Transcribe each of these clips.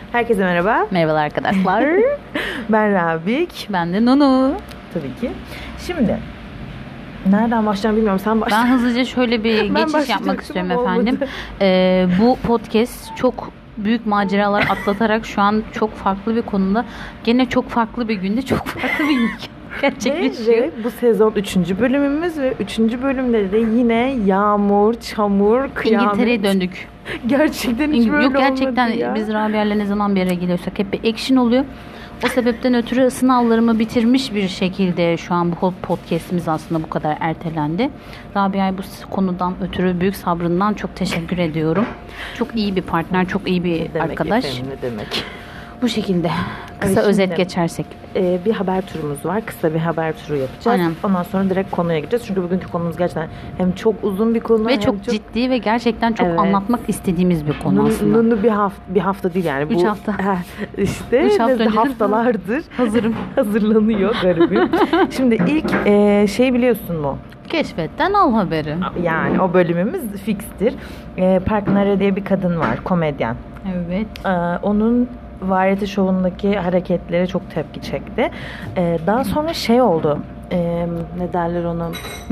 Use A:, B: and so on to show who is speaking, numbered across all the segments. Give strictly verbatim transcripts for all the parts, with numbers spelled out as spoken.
A: Herkese merhaba.
B: Merhabalar arkadaşlar.
A: Ben Rabik.
B: Ben de Nunu.
A: Tabii ki. Şimdi nereden başlayacağım bilmiyorum. Sen başla.
B: Ben hızlıca şöyle bir geçiş yapmak istiyorum efendim. Ee, bu podcast çok büyük maceralar atlatarak şu an çok farklı bir konuda, gene çok farklı bir günde çok farklı bir gerçekleşiyor.
A: Ve bu sezon üçüncü bölümümüz ve üçüncü bölümde de yine yağmur, çamur, kıyamet.
B: İngiltere'ye döndük.
A: Gerçekten hiç böyle
B: Yok gerçekten
A: olmadı ya.
B: Biz Rabia'yla ne zaman bir yere geliyorsak hep bir action oluyor. O sebepten ötürü sınavlarımı bitirmiş bir şekilde şu an bu podcast'imiz aslında bu kadar ertelendi. Rabia'ya bu konudan ötürü büyük sabrından çok teşekkür ediyorum. Çok iyi bir partner, çok iyi bir
A: demek
B: arkadaş.
A: Efendim, ne demek?
B: Bu şekilde kısa
A: Evet,
B: özet
A: şimdi,
B: geçersek.
A: E, bir haber turumuz var. Kısa bir haber turu yapacağız.
B: Aynen.
A: Ondan sonra direkt konuya gireceğiz. Çünkü bugünkü konumuz gerçekten hem çok uzun bir konu
B: Ve
A: hem
B: çok,
A: çok
B: ciddi ve gerçekten çok
A: Evet.
B: anlatmak istediğimiz bir konu aslında.
A: Nunu bir hafta bir hafta değil yani.
B: Üç
A: bu,
B: hafta.
A: İşte
B: Üç hafta önce
A: haftalardır
B: hazırım.
A: hazırlanıyor garibim. Şimdi ilk e, şey biliyorsun mu?
B: Keşfetten al haberi.
A: Yani o bölümümüz fikstir. E, Park Nare diye bir kadın var, komedyen.
B: Evet.
A: E, onun Variety Show'undaki hareketleri çok tepki çekti. E, daha sonra şey oldu. E, ne derler ona?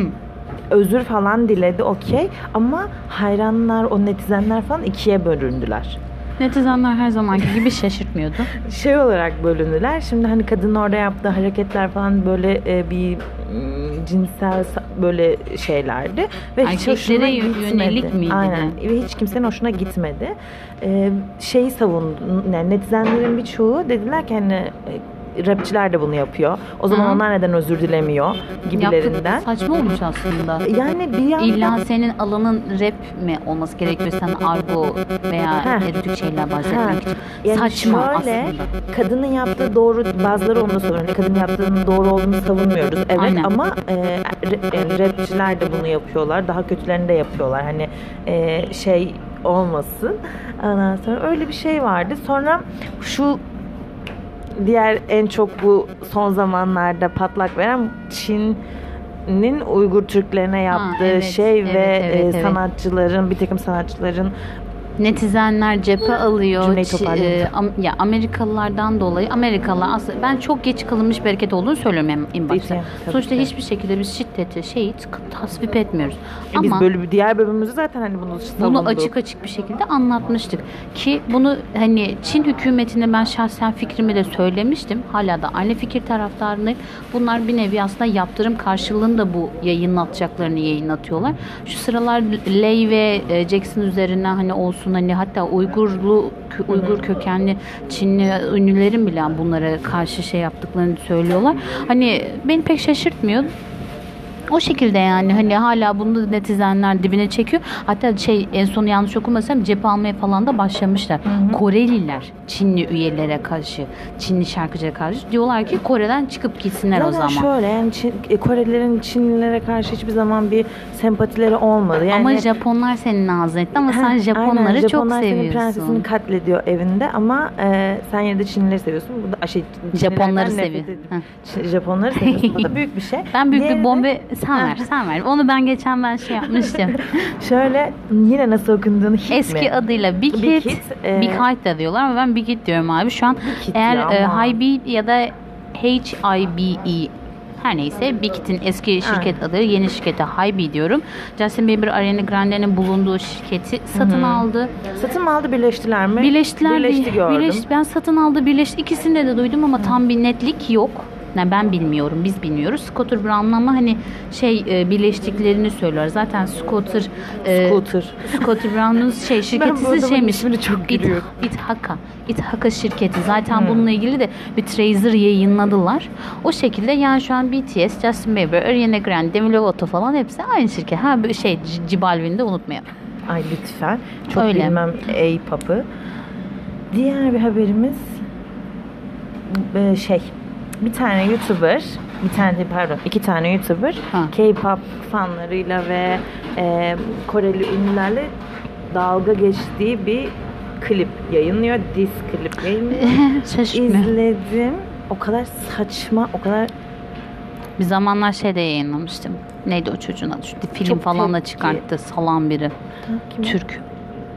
A: Özür falan diledi, okey. Ama hayranlar, o netizenler falan ikiye bölündüler.
B: Netizenler her zamanki gibi şaşırtmıyordu.
A: Şey olarak bölündüler. Şimdi hani kadın orada yaptığı hareketler falan böyle e, bir m, cinsel böyle şeylerdi ve hiç hoşuna
B: Erkeklere yönelik
A: gitmedi.
B: miydi?
A: Aynen. Ve hiç kimsenin hoşuna gitmedi. E, şeyi savundu. Yani netizenlerin birçoğu dediler ki hani e, rapçiler de bunu yapıyor. O zaman
B: Hı.
A: onlar neden özür dilemiyor gibilerinden.
B: Yaptık, saçma olmuş aslında.
A: Yani bir yandan
B: İlla senin alanın rap mi olması gerekiyor? Sen argo veya
A: Heh.
B: erotik şeyler bahsetmek için.
A: Yani
B: Saçma
A: şöyle,
B: aslında.
A: kadının yaptığı doğru, bazıları onu da söylüyor. Kadının yaptığının doğru olduğunu savunmuyoruz. Evet.
B: Aynen.
A: Ama e, e, rapçiler de bunu yapıyorlar. Daha kötülerini de yapıyorlar. Hani e, şey olmasın. Ondan sonra öyle bir şey vardı. Sonra şu diğer en çok bu son zamanlarda patlak veren Çin'in Uygur Türklerine yaptığı
B: Ha, evet,
A: şey
B: evet,
A: ve
B: evet,
A: e,
B: evet.
A: sanatçıların, bir takım sanatçıların
B: Netizenler cephe alıyor.
A: Cümleyi
B: Çi-
A: toparlayayım.
B: e, am- ya Amerikalılardan dolayı Amerikalılar aslında ben çok geç kalınmış bir hareket olduğunu söylüyorum en, en başta.
A: Tabii, tabii
B: Sonuçta
A: ki.
B: hiçbir şekilde biz şiddeti, şeyi tasvip etmiyoruz.
A: E biz
B: Ama
A: böyle diğer bölümümüzde zaten hani bunu savunduk.
B: bunu açık açık bir şekilde anlatmıştık ki bunu hani Çin hükümetine ben şahsen fikrimi de söylemiştim. Hala da aynı fikir taraftarındayım. Bunlar bir nevi aslında yaptırım karşılığında bu yayınlatacaklarını yayınlatıyorlar. Şu sıralar Lay ve e, Jackson üzerinden hani olsun hani hatta Uygurlu Uygur kökenli Çinli ünlülerin bile bunlara karşı şey yaptıklarını söylüyorlar. Hani beni pek şaşırtmıyor. O şekilde yani hani hala bunu da netizenler dibine çekiyor. Hatta şey en son yanlış okumasam cephe almaya falan da başlamışlar. Hı hı. Koreliler Çinli üyelere karşı, Çinli şarkıcıya karşı diyorlar ki Kore'den çıkıp gitsinler
A: Zaten
B: o zaman.
A: şöyle yani Çin, Korelilerin Çinlilere karşı hiçbir zaman bir sempatileri olmadı. Yani,
B: ama Japonlar senin ağzını etti ama sen Japonları
A: aynen,
B: çok
A: Japonlar
B: seviyorsun.
A: senin prensesini katlediyor evinde ama e, sen yine de Çinlileri seviyorsun. Bu da şey,
B: Japonları
A: Çinlilerden
B: seviyor.
A: nefret ediyor. Japonları seviyorsun. Bu da büyük bir şey.
B: Ben büyük
A: Diğeri
B: bir
A: de-
B: bombe sen ver sen ver. Onu ben geçen ben şey yapmıştım.
A: Şöyle yine nasıl okunduğunu hit
B: Eski
A: mi?
B: adıyla Big,
A: Big
B: Hit,
A: Hit, e,
B: Big Hit de diyorlar ama ben Big Hit diyorum abi. Şu an
A: Hit
B: eğer
A: ya,
B: e,
A: aman.
B: High Beat ya da H I B E her neyse Big Hit'in eski şirket adı, yeni şirkete High Beat diyorum. Justin Bieber, Ariana Grande'nin bulunduğu şirketi satın
A: Hı-hı.
B: aldı.
A: Satın mı aldı, birleştiler mi?
B: Birleştiler.
A: Birleşti
B: bir-
A: gördüm.
B: birleş- ben satın aldı, birleşti. İkisinde de duydum ama tam bir netlik yok. Yani ben bilmiyorum, biz bilmiyoruz. Scooter Braun'la ama hani şey e, birleştiklerini söylüyorlar. Zaten Scooter e,
A: Scooter.
B: Scooter Braun'un şey
A: Ben bu
B: şirketi
A: adamın
B: şeymiş.
A: ismini çok
B: It-
A: gülüyorum.
B: İthaka. İthaka şirketi. Zaten
A: Hmm.
B: bununla ilgili de bir teaser yayınladılar. O şekilde yani şu an B T S, Justin Bieber, Ariana Grande, Demi Lovato falan hepsi aynı şirket. Ha bir şey J Balvin'i de unutmayalım.
A: Ay lütfen. Çok
B: Öyle.
A: bilmem A-pop'ı. Diğer bir haberimiz e, şey bir tane YouTuber, bir tane değil, pardon, iki tane YouTuber
B: Ha.
A: K-pop fanlarıyla ve e, Koreli ünlülerle dalga geçtiği bir klip yayınlıyor. Diss klip yayınlıyor.
B: Şaşırtmıyor.
A: İzledim. O kadar saçma, o kadar
B: Bir zamanlar şey de yayınlamıştım. Neydi o çocuğun adı? Şu film
A: Çok
B: falan da
A: tepki.
B: çıkarttı. Salan biri.
A: Kim?
B: Türk.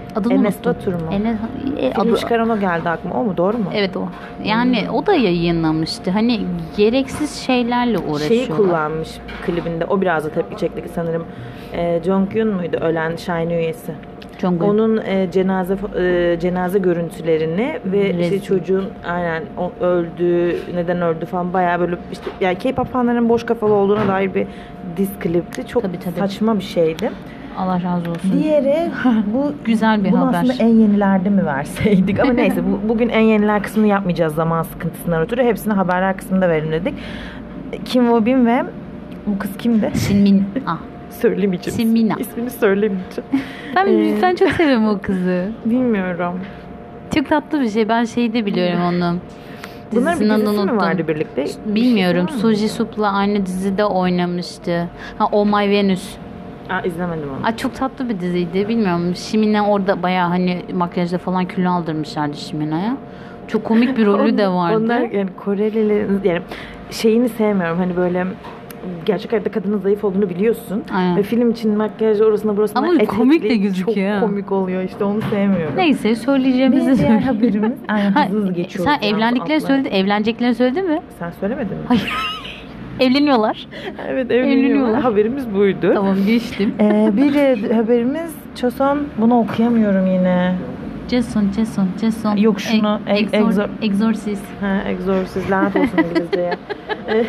B: Adını
A: Enes
B: unuttum.
A: Batur mu?
B: Enes, e,
A: Film
B: adı,
A: çıkaran o geldi aklıma. O mu? Doğru mu?
B: evet o. Yani
A: Hmm.
B: o da yayınlamıştı. Hani gereksiz şeylerle uğraşıyorlar.
A: Şeyi kullanmış klibinde. O biraz da tepki çekti sanırım. E, Jonghyun muydu ölen Shine üyesi?
B: Jonghyun.
A: Onun e, cenaze e, cenaze görüntülerini ve
B: Rezil.
A: işte çocuğun aynen o öldü, neden öldü falan bayağı böyle işte yani K-pop fanların boş kafalı olduğuna dair bir diz klipti. Çok
B: Tabii, tabii.
A: saçma bir şeydi.
B: Allah razı olsun.
A: Diğeri bu
B: Güzel bir
A: bunu
B: haber.
A: aslında en yenilerde mi verseydik ama neyse bu, bugün en yeniler kısmını yapmayacağız zaman sıkıntısından ötürü. Hepsini haberler kısmında verin dedik. Kim Woo-bin ve bu kız kimdi?
B: Sinmin. Ah.
A: Söylemeyeceğim.
B: Simina.
A: İsmini söylemeyeceğim.
B: Ben,
A: Ee,
B: ben çok seviyorum o kızı.
A: Bilmiyorum.
B: Çok tatlı bir şey. Ben şeyi de biliyorum onu.
A: Bunların bir
B: Dizisinin
A: dizisi
B: adını
A: mi
B: unuttum.
A: vardı birlikte?
B: Bilmiyorum.
A: Bir şey var mı?
B: Suji Sup'la aynı dizide oynamıştı. Ha, Oh My Venus.
A: Aa, izlemedim onu.
B: Ay, çok tatlı bir diziydi. Bilmiyorum. Şimine orada bayağı hani makyajda falan kilo aldırmışlardı Şimina'ya. Çok komik bir rolü de vardı.
A: Onlar yani Korelilerin yani şeyini sevmiyorum. Hani böyle gerçek hayatta kadının zayıf olduğunu biliyorsun.
B: Aynen.
A: Ve film için makyaj orasına burasına
B: Ama komik de gözüküyor.
A: Çok komik oluyor işte onu sevmiyorum.
B: Neyse söyleyeceğimizi
A: Bir diğer
B: söyle.
A: haberimiz. Aynen
B: Ha,
A: hızlı hızlı geçiyoruz.
B: sen
A: yalnız
B: evlendiklerini
A: atla.
B: söyledi, evleneceklerini söyledi mi?
A: Sen söylemedin mi?
B: Hayır. Evleniyorlar.
A: Evet evleniyorlar.
B: Evleniyorlar.
A: Haberimiz buydu.
B: Tamam, geçtim.
A: Ee, bir de haberimiz Choson, bunu okuyamıyorum yine.
B: Jason, Jason, Jason.
A: Yok, şunu,
B: E-
A: Ex-
B: Exor-
A: Exor-
B: Exorcist.
A: Ha, Exorcist, lanet olsun İngilizceye. Ee,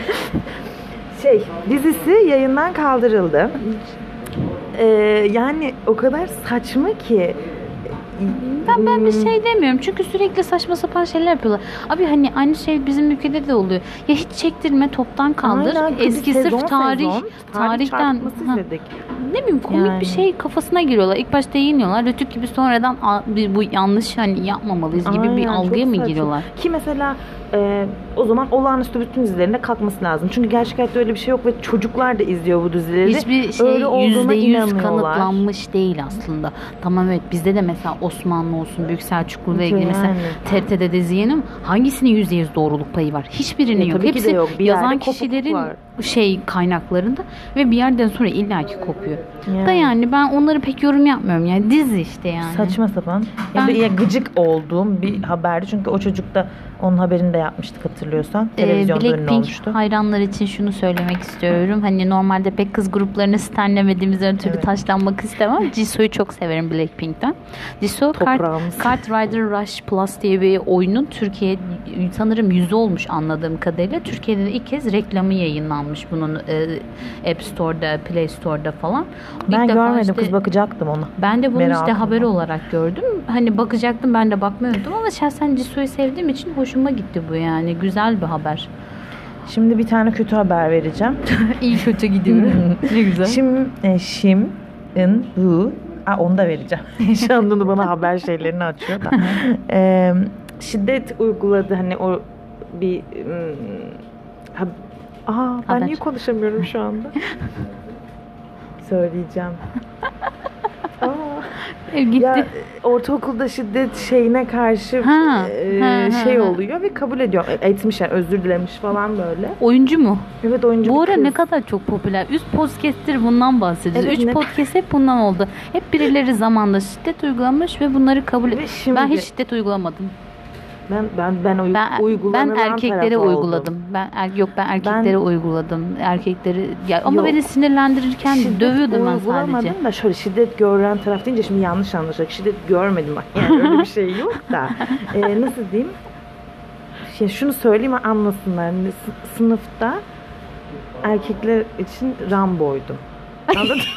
A: şey, dizisi yayından kaldırıldı. Ee, yani o kadar saçma ki.
B: Ben ben bir
A: Hmm,
B: şey demiyorum çünkü sürekli saçma sapan şeyler yapıyorlar. Abi hani aynı şey bizim ülkede de oluyor. Ya hiç çektirme, toptan kaldır.
A: aynen,
B: Eski
A: sezon
B: sırf tarih
A: sezon, tarih
B: tarihten
A: çarpıtması
B: ha,
A: izledik.
B: ne bileyim komik
A: Yani.
B: bir şey kafasına giriyorlar. İlk başta yayınlıyorlar. Rütük gibi sonradan "Aa, bir- bu yanlış hani yapmamalıyız" gibi bir
A: Aynen,
B: algıya
A: çok
B: mı
A: saçma.
B: giriyorlar?
A: Ki mesela e, o zaman olağanüstü bütün dizilerinde kalkması lazım. Çünkü gerçek hayatta öyle bir şey yok ve çocuklar da izliyor bu dizileri.
B: Hiçbir şey
A: Öyle olduğuna
B: yüzde yüz
A: inanıyorlar.
B: kanıtlanmış değil aslında. Tamam, evet, bizde de mesela Osmanlı olsun, Büyük Selçuklu'yla ilgili mesela
A: Yani.
B: T R T'de de izleyenim. Hangisinin yüzde yüz doğruluk payı var? Hiçbirinin
A: Ya
B: yok.
A: tabii ki de
B: Hepsi
A: yok. Bir yerde
B: yazan
A: kopukluk
B: kişilerin
A: var.
B: şey kaynaklarında ve bir yerden sonra illaki kopuyor.
A: Yani.
B: Da yani ben onları pek yorum yapmıyorum. Yani dizi işte yani.
A: Saçma sapan.
B: Ben-
A: Ya, bir- ya gıcık olduğum bir haberdi. Çünkü o çocuk da onun haberini de yapmıştık hatırlıyorsan.
B: Ee,
A: Televizyonda ünlü
B: Blackpink
A: olmuştu.
B: hayranlar için şunu söylemek istiyorum. Hani normalde pek kız gruplarını stanlemediğimizden ötürü
A: Evet.
B: taşlanmak istemem. Jisoo'yu çok severim Blackpink'ten. Jisoo Kart,
A: Toprağımız.
B: Kart Rider Rush Plus diye bir oyunun Türkiye sanırım yüzü olmuş anladığım kadarıyla. Türkiye'de de ilk kez reklamı yayınlanmış bunun e, App Store'da, Play Store'da falan. İlk
A: Ben
B: defa
A: görmedim.
B: işte-
A: Kız bakacaktım ona.
B: Ben de bunu işte
A: Merakımdan.
B: haber olarak gördüm. Hani bakacaktım, ben de bakmıyordum ama şahsen Jisoo'yu sevdiğim için hoşuma gitti bu yani. Güzel bir haber.
A: Şimdi bir tane kötü haber vereceğim.
B: İyi kötü gidiyorum. Ne güzel.
A: Şimdi e, Shim In Woo. Aa, onu da vereceğim. Şu an onu bana haber şeylerini açıyor da. e, şiddet uyguladı hani o bir ım, ha, aa, ben
B: Haber.
A: niye konuşamıyorum şu anda? Söyleyeceğim. Aa,
B: Ev gitti.
A: ya ortaokulda şiddet şeyine karşı
B: Ha,
A: e,
B: ha, ha,
A: şey
B: ha.
A: oluyor ve kabul ediyor. E, Etmiş yani, özür dilemiş falan böyle.
B: Oyuncu mu?
A: Evet, oyuncu
B: Bu
A: bir
B: ara
A: kız.
B: ne kadar çok popüler. Üst podcast'tir bundan bahsediyoruz.
A: Evet,
B: Üç
A: ne-
B: podcast hep bundan oldu. Hep birileri zamanda şiddet uygulamış ve bunları kabul
A: Ve
B: et.
A: şimdi-
B: Ben hiç şiddet uygulamadım.
A: Ben ben ben uy-
B: Ben ben
A: uygulanılan
B: erkeklere
A: taraf oldum.
B: uyguladım. Ben er, yok ben erkeklere
A: Ben-
B: uyguladım. Erkekleri ya ama
A: Yok.
B: beni sinirlendirirken
A: Şiddet
B: dövüyordum ben
A: uygulamadım
B: sadece.
A: da şöyle şiddet gören taraf deyince şimdi yanlış anlaşılacak. Şiddet görmedim bak. Yani öyle bir şey yok da. Ee, nasıl diyeyim? Şey, şunu söyleyeyim anlasınlar. Yani sı- sınıfta erkekler için Rambo'ydum. Anladın mı?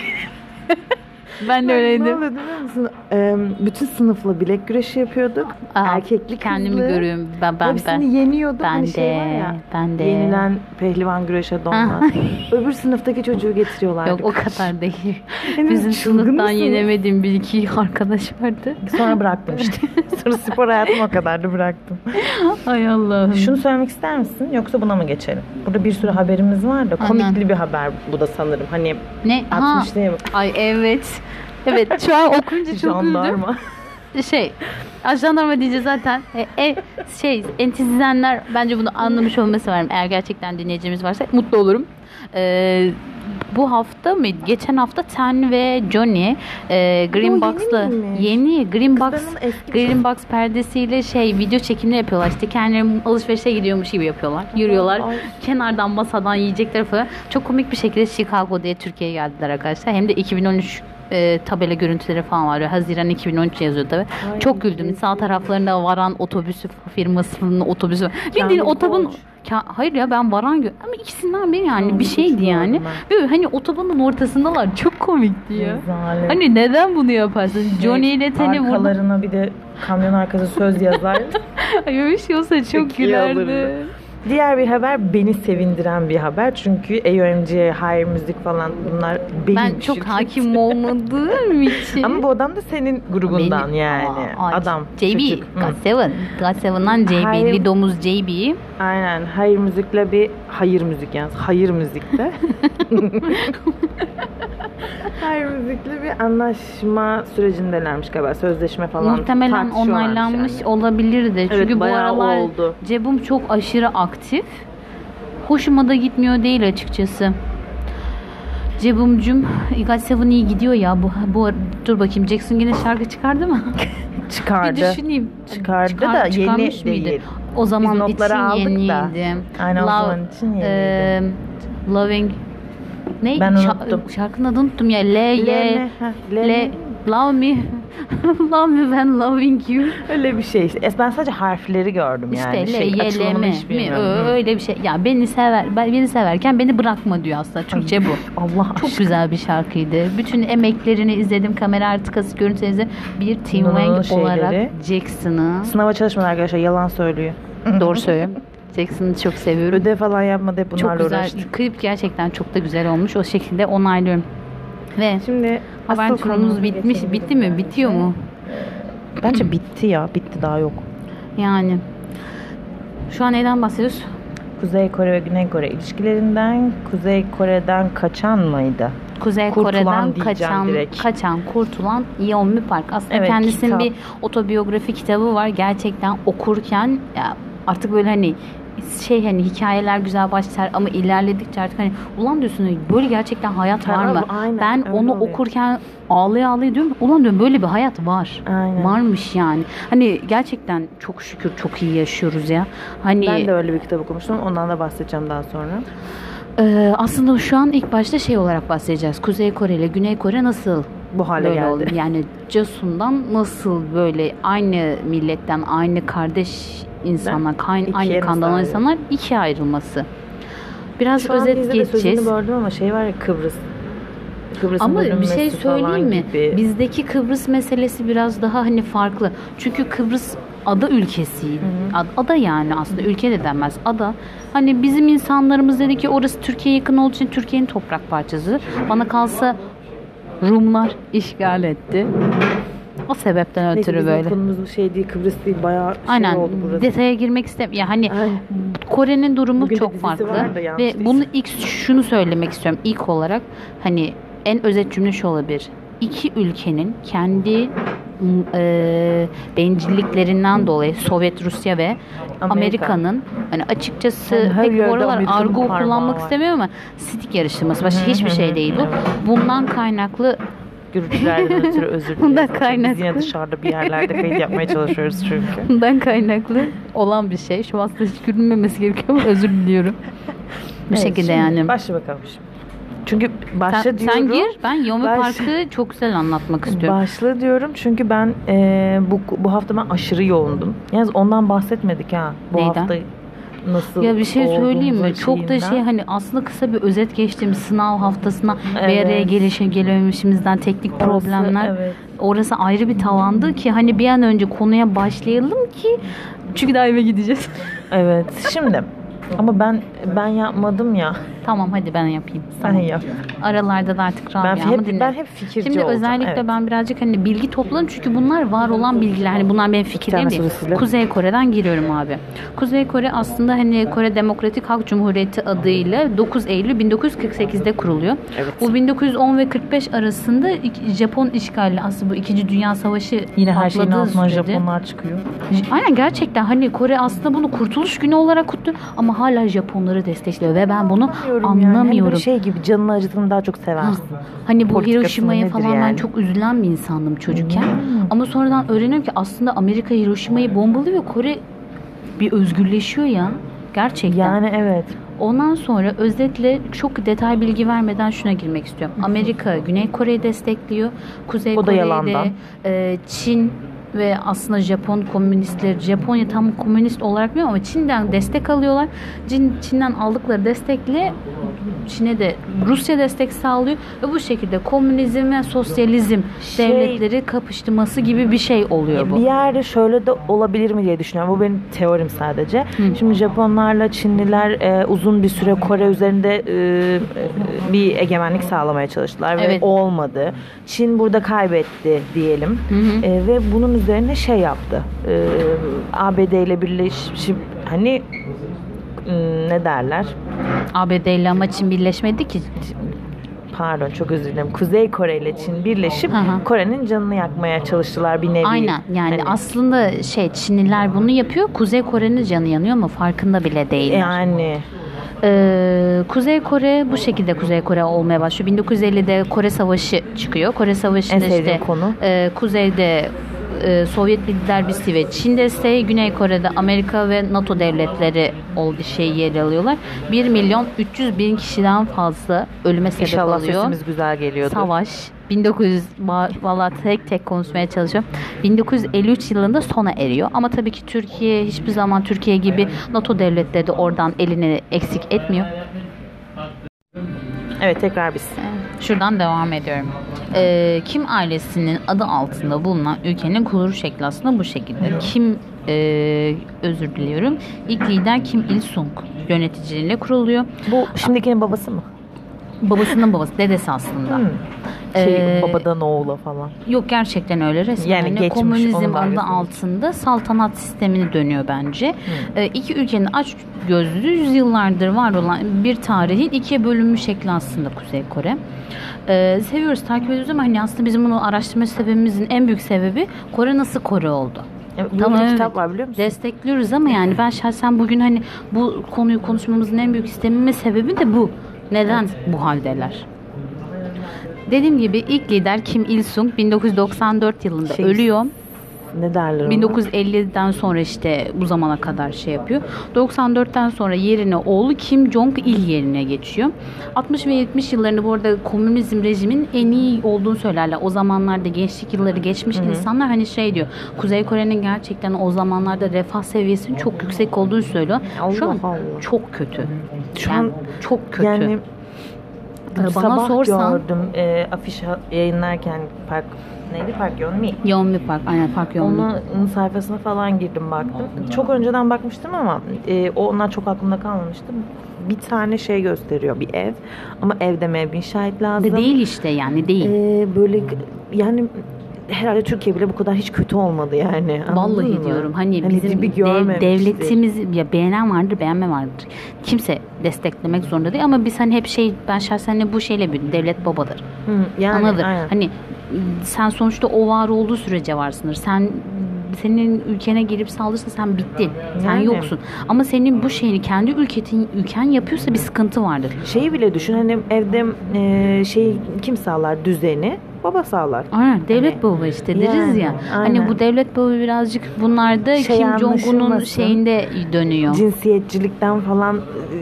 B: Ben de
A: Ne
B: öyleydim.
A: oluyor biliyor musun? Ee, bütün sınıfla bilek güreşi yapıyorduk.
B: Aa,
A: Erkekli
B: kendimi
A: kızlı.
B: görüyorum. Ben ben
A: Hepsini
B: ben.
A: yeniyordum.
B: Ben
A: hani şey
B: de,
A: var ya,
B: ben de.
A: Yenilen pehlivan güreşe donmaz. Öbür sınıftaki çocuğu getiriyorlardı.
B: Yok o kadar değil.
A: Yani
B: Bizim
A: çılgın
B: sınıftan
A: mısınız?
B: yenemediğim bir iki arkadaş vardı.
A: Sonra bıraktım işte. Sonra spor hayatım o kadardı, bıraktım.
B: Ay Allah'ım.
A: Şunu söylemek ister misin? Yoksa buna mı geçelim? Burada bir sürü haberimiz var da komikli
B: Aynen.
A: bir haber bu da sanırım. Hani
B: Ne? Ha.
A: altmışlı yıl
B: Ay evet. Evet şu an okuyunca çok güldüm.
A: jandarma.
B: Şey, jandarma deyince zaten e, e, şey entizlenler bence bunu anlamış olması var. Eğer gerçekten dinleyicimiz varsa mutlu olurum. Ee, Bu hafta mı? Geçen hafta Ten ve Johnny e, Green Box'la yeni, yeni Green Box Green Box perdesiyle şey video çekimleri yapıyorlar. İşte kendileri alışverişe gidiyormuş gibi yapıyorlar. Yürüyorlar. Ay. Kenardan masadan yiyecekler falan. Çok komik bir şekilde Chicago diye Türkiye'ye geldiler arkadaşlar. Hem de iki bin on üç e, tabela görüntüleri falan var. Haziran iki bin on üç yazıyor tabii. Ay, çok güldüm. Sağ taraflarında Varan otobüsü firmasının otobüsü. Bildiğin otoban hayır ya ben Varan gö ama ikisinden biri yani hmm, bir şeydi yani. Böyle hani otobanın ortasındalar. Çok komikti ya. Zalim. Hani neden bunu yaparsın? Şey, Johnny ile Ten'i vurdu.
A: Arkalarına bir de kamyon arkası söz yazar.
B: Ay öyle şey olsa çok gülerdi.
A: Diğer bir haber beni sevindiren bir haber. Çünkü A O M G, Hayır Müzik falan bunlar benim
B: Ben çok şirket. Hakim olmadığım için.
A: Ama bu adam da senin grubundan benim, yani. Aa, adam.
B: J B, God seven. God seven'dan J B, Lidomuz J B.
A: Aynen. Hayır Müzik'le bir hayır müzik yani. Hayır Müzik'te. Hayır Müzik'le bir anlaşma sürecindelermiş galiba. Sözleşme falan.
B: Muhtemelen onaylanmış yani. Olabilirdi. Çünkü evet, bu aralar oldu. Cebum çok aşırı aktif. Hoşuma da gitmiyor değil açıkçası. Cebumcum God seven iyi gidiyor ya. Bu, bu dur bakayım Jackson yine şarkı çıkardı mı?
A: Çıkardı.
B: Bir düşüneyim.
A: Çıkardı Çıkar, da yeni mıydı? Değil.
B: O zaman için yeniydi.
A: Da. Aynen Love, o zaman için yeniydi. E,
B: loving ne?
A: Ben unuttum.
B: Şa- şarkının adını unuttum ya. Le, ye, le, le, love me. Love me when loving you.
A: Öyle bir şey. Ben sadece harfleri gördüm
B: işte
A: yani.
B: İşte
A: le,
B: ye, le, me. mi? Öyle bir şey. Ya beni sever, beni severken beni bırakma diyor aslında. Türkçe bu.
A: Allah
B: Çok aşkına. Güzel bir şarkıydı. Bütün emeklerini izledim. Kamera arkası görüntülerinizi bir Tim Wang olarak Jackson'ı.
A: Sınava çalışmadı arkadaşlar. Yalan söylüyor.
B: Doğru söylüyorum. Jackson'ı çok seviyorum.
A: Ödev falan yapmadı, hep bunlarla
B: çok güzel.
A: Uğraştık.
B: Klip gerçekten çok da güzel olmuş. O şekilde onaylıyorum. Ve şimdi haber turumuz bitmiş. Bitti mi? Bitiyor mu?
A: Bence bitti ya. Bitti, daha yok.
B: Yani. Şu an neyden bahsediyoruz?
A: Kuzey Kore ve Güney Kore ilişkilerinden. Kuzey Kore'den kaçan mıydı?
B: Kuzey kurtulan Kore'den kaçan, direkt. kaçan, kurtulan Yeonmi Park. Aslında evet, kendisinin kitap. Bir otobiyografi kitabı var. Gerçekten okurken ya artık böyle hani şey hani hikayeler güzel başlar ama ilerledikçe artık hani ulan diyorsun böyle gerçekten hayat var mı? Aynen, ben onu oluyor. Okurken ağlaya ağlaya diyorum ulan diyorum böyle bir hayat var. Aynen. Varmış yani. Hani gerçekten çok şükür çok iyi yaşıyoruz ya. Hani
A: ben de öyle bir kitap okumuştum. Ondan da bahsedeceğim daha sonra.
B: Ee, aslında şu an ilk başta şey olarak bahsedeceğiz. Kuzey Kore ile Güney Kore nasıl
A: bu hale
B: böyle
A: geldi?
B: Oldu? Yani Jasun'dan nasıl böyle aynı milletten aynı kardeş insanlar, kayn, aynı kandan insanlar ikiye ayrılması. Biraz şu özet geçeceğiz.
A: Gördüm ama şey var ya Kıbrıs. Kıbrıs'ın
B: ama bir şey söyleyeyim mi?
A: Gibi.
B: Bizdeki Kıbrıs meselesi biraz daha hani farklı. Çünkü Kıbrıs ada ülkesiydi. Ad, ada yani aslında ülke de denmez. Ada. Hani bizim insanlarımız dedi ki orası Türkiye'ye yakın olduğu için Türkiye'nin toprak parçası. Bana kalsa Rumlar işgal etti. O sebepten ötürü
A: Neyse,
B: böyle.
A: Konumuz bu şey değil, Kıbrıs değil, bayağı şey
B: aynen,
A: oldu burası.
B: Detaya girmek istemiyorum. Ya hani aynen. Kore'nin durumu bugün çok farklı ve bunu ilk şunu söylemek istiyorum. İlk olarak hani en özet cümle şu olabilir. İki ülkenin kendi e, bencilliklerinden dolayı Sovyet Rusya ve Amerika. Amerika'nın hani açıkçası yani pek oralar argo kullanmak istemiyorum ama sidik yarıştırması başka hiçbir şey değil bu. Bundan kaynaklı
A: gürültülerden ötürü özür dileriz.
B: Bundan kaynaklı.
A: Biz yine dışarıda bir yerlerde kayıt yapmaya çalışıyoruz çünkü.
B: Bundan kaynaklı olan bir şey. Şu aslında hiç gülünmemesi gerekiyor ama özür diliyorum. Bu evet, şekilde yani.
A: Başla bakalım şimdi. Çünkü başla
B: sen,
A: diyorum.
B: Sen gir. Ben Yeonmi Park'ı çok güzel anlatmak istiyorum.
A: Başla diyorum çünkü ben e, bu bu hafta ben aşırı yoğundum. Yalnız ondan bahsetmedik ha. Bu
B: neyden?
A: hafta nasıl
B: ya bir şey söyleyeyim mi? Çok da şey hani aslında kısa bir özet geçtiğimiz sınav haftasına evet. bir araya gelişe gelememişimizden teknik orası, problemler. Evet. Orası ayrı bir tavandı ki hani bir an önce konuya başlayalım ki çünkü daha eve gideceğiz.
A: Evet. Şimdi ama ben ben yapmadım ya.
B: Tamam hadi ben yapayım.
A: Sen
B: tamam.
A: yap.
B: Aralarda da artık Rabia'mı dinle.
A: Ben hep fikirci
B: Şimdi
A: olacağım.
B: özellikle
A: evet.
B: ben birazcık hani bilgi topladım çünkü bunlar var olan bilgiler. Hani bunlar benim fikirlerim değil. Kuzey Kore'den giriyorum abi. Kuzey Kore aslında hani Kore Demokratik Halk Cumhuriyeti adıyla dokuz Eylül bin dokuz yüz kırk sekizde kuruluyor.
A: Evet.
B: Bu bin dokuz yüz on ve kırk beş arasında Japon işgali aslında bu İkinci Dünya Savaşı
A: yine her şeyin altından Japonlar çıkıyor.
B: Aynen gerçekten hani Kore aslında bunu kurtuluş günü olarak kutluyor ama hala Japonları destekliyor ve ben bunu
A: anlamıyorum,
B: anlamıyorum.
A: yani. Hani böyle şey gibi canını acıtını daha çok seversin.
B: Ha, hani bu
A: Politikası
B: Hiroşima'ya
A: nedir
B: falan
A: yani?
B: ben çok üzülen bir insandım çocukken.
A: Hmm.
B: Ama sonradan öğreniyorum ki aslında Amerika Hiroşima'yı bombalıyor. Kore bir özgürleşiyor ya. Gerçekten.
A: Yani evet.
B: Ondan sonra özetle çok detay bilgi vermeden şuna girmek istiyorum. Amerika Güney Kore'yi destekliyor. Kuzey
A: O da
B: Kore'yi
A: yalandan.
B: de e, Çin ve aslında Japon komünistleri, Japonya tam komünist olarak bilmiyorum ama Çin'den destek alıyorlar. Çin, Çin'den aldıkları destekle Çin'e de Rusya destek sağlıyor ve bu şekilde komünizm ve sosyalizm
A: Şey-
B: devletleri kapıştırması gibi bir şey oluyor bu.
A: Bir yerde şöyle de olabilir mi diye düşünüyorum. Bu benim teorim sadece.
B: Hı.
A: Şimdi Japonlarla Çinliler e, uzun bir süre Kore üzerinde e, e, bir egemenlik sağlamaya çalıştılar ve
B: Evet.
A: olmadı. Çin burada kaybetti diyelim.
B: Hı hı.
A: E, ve bunun üzerine şey yaptı. E, A B D ile birleşip hani m, ne derler?
B: A B D ile ama Çin birleşmedi ki.
A: Pardon, çok özür dilerim. Kuzey Kore ile Çin birleşip
B: Hı hı.
A: Kore'nin canını yakmaya çalıştılar bir nevi.
B: Aynen yani
A: Hani-
B: aslında şey Çinliler bunu yapıyor. Kuzey Kore'nin canı yanıyor ama farkında bile değiller.
A: Yani
B: Ee, Kuzey Kore bu şekilde Kuzey Kore olmaya başlıyor. bin dokuz yüz ellide Kore Savaşı çıkıyor. Kore Savaşı'nda
A: En sevdiğim
B: işte
A: konu.
B: e, kuzeyde e, Sovyet derbisi ve Çin desteği, Güney Kore'de Amerika ve NATO devletleri olduğu şey yer alıyorlar. bir milyon üç yüz bin kişiden fazla ölüme sebep
A: İnşallah
B: oluyor.
A: sesimiz güzel geliyordur.
B: Savaş bin dokuz yüz va- vallahi tek tek konuşmaya çalışıyorum. bin dokuz yüz elli üç yılında sona eriyor. Ama tabii ki Türkiye hiçbir zaman Türkiye gibi NATO devletleri de oradan elini eksik etmiyor.
A: Evet, tekrar biz.
B: Şuradan devam ediyorum. Ee, Kim ailesinin adı altında bulunan ülkenin kuruluş şekli aslında bu şekilde. Kim e, özür diliyorum. İlk lider Kim Il-sung yöneticiliğiyle kuruluyor.
A: Bu şimdikinin babası mı?
B: Babasının babası, dedesi aslında.
A: Hmm. Şey,
B: Ee,
A: babadan oğula falan.
B: Yok gerçekten öyle resmen.
A: Yani
B: Yani
A: geçmiş,
B: komünizm
A: onun
B: adı
A: ailesi.
B: altında saltanat sistemini dönüyor bence.
A: Hmm.
B: Ee, iki ülkenin aç gözlü yüzyıllardır var olan bir tarihin ikiye bölünmüş şekli aslında Kuzey Kore. Ee, seviyoruz, takip ediyoruz ama hani aslında bizim bunu araştırma sebebimizin en büyük sebebi Kore nasıl Kore oldu?
A: Evet,
B: Tamam,
A: böyle bir
B: evet.
A: kitap var biliyor musun?
B: Destekliyoruz ama yani ben şahsen bugün hani bu konuyu konuşmamızın en büyük istememe sebebi de bu. Neden bu haldeler? Dediğim gibi ilk lider Kim Il-sung bin dokuz yüz doksan dört yılında
A: Şey,
B: ölüyor.
A: Ne derler ona?
B: bin dokuz yüz elliden sonra işte bu zamana kadar şey yapıyor. doksan dörtten sonra yerine oğlu Kim Jong-il yerine geçiyor. altmış ve yetmiş yıllarında bu arada komünizm rejimin en iyi olduğunu söylerler. O zamanlarda gençlik yılları geçmiş
A: Hı hı.
B: insanlar hani şey diyor. Kuzey Kore'nin gerçekten o zamanlarda refah seviyesinin çok yüksek olduğunu söylüyor. Şu an
A: Allah Allah.
B: çok kötü.
A: Şu
B: Yani
A: an
B: çok kötü.
A: Yani
B: Bana
A: sabah
B: sorsan-
A: gördüm e, afiş yayınlarken Park neydi Park Yeon-mi?
B: Yeonmi Park, aynen Park Yeonmi.
A: Onun sayfasına falan girdim baktım. Çok önceden bakmıştım ama e, o onlar çok aklımda kalmamıştı. Bir tane şey gösteriyor, bir ev. Ama evde mev şahit lazım.
B: De değil işte yani değil.
A: E, böyle yani herhalde Türkiye bile bu kadar hiç kötü olmadı yani. Anladın
B: Vallahi
A: mı?
B: diyorum hani, bizim
A: dibi
B: dev-
A: görmemiştik.
B: devletimiz ya beğenen vardır beğenme vardır. Kimse desteklemek zorunda değil ama biz hani hep şey ben şahsen hani bu şeyle büyüdüm. Devlet babadır.
A: Hı, yani,
B: Anladın?
A: aynen.
B: Hani sen sonuçta o var olduğu sürece varsındır. Sen senin ülkene gelip saldırırsa sen bittin. Sen
A: Yani.
B: yoksun. Ama senin bu şeyini kendi ülketin ülken yapıyorsa bir sıkıntı vardır.
A: Şeyi bile düşün hani evde e, şey kim sağlar düzeni? Baba sağlar.
B: Aynen devlet
A: Hani,
B: baba işte deriz
A: yani,
B: ya.
A: aynen.
B: Hani bu devlet baba birazcık bunlarda
A: Şey
B: Kim Jong-un'un
A: anlaşılmasın.
B: şeyinde dönüyor.
A: Cinsiyetçilikten falan e,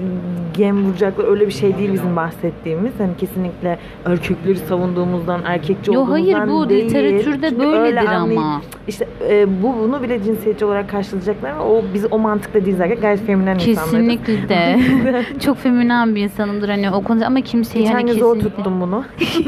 A: gem vuracaklar öyle bir şey değil bizim bahsettiğimiz. Hani kesinlikle erkekleri savunduğumuzdan, erkekçi
B: Yo,
A: olduğumuzdan
B: hayır, bu
A: değil.
B: literatürde
A: Çünkü
B: böyledir
A: öyle anlay-
B: ama.
A: İşte e, bu bunu bile cinsiyetçi olarak karşılayacaklar ama o biz o mantıkla değil zaten gayet feminen insanlarız.
B: Kesinlikle de. Çok feminen bir insanımdır hani o konuda ama kimseyi
A: Geçen
B: hani
A: gün zor
B: kesinlikle.
A: tuttum bunu.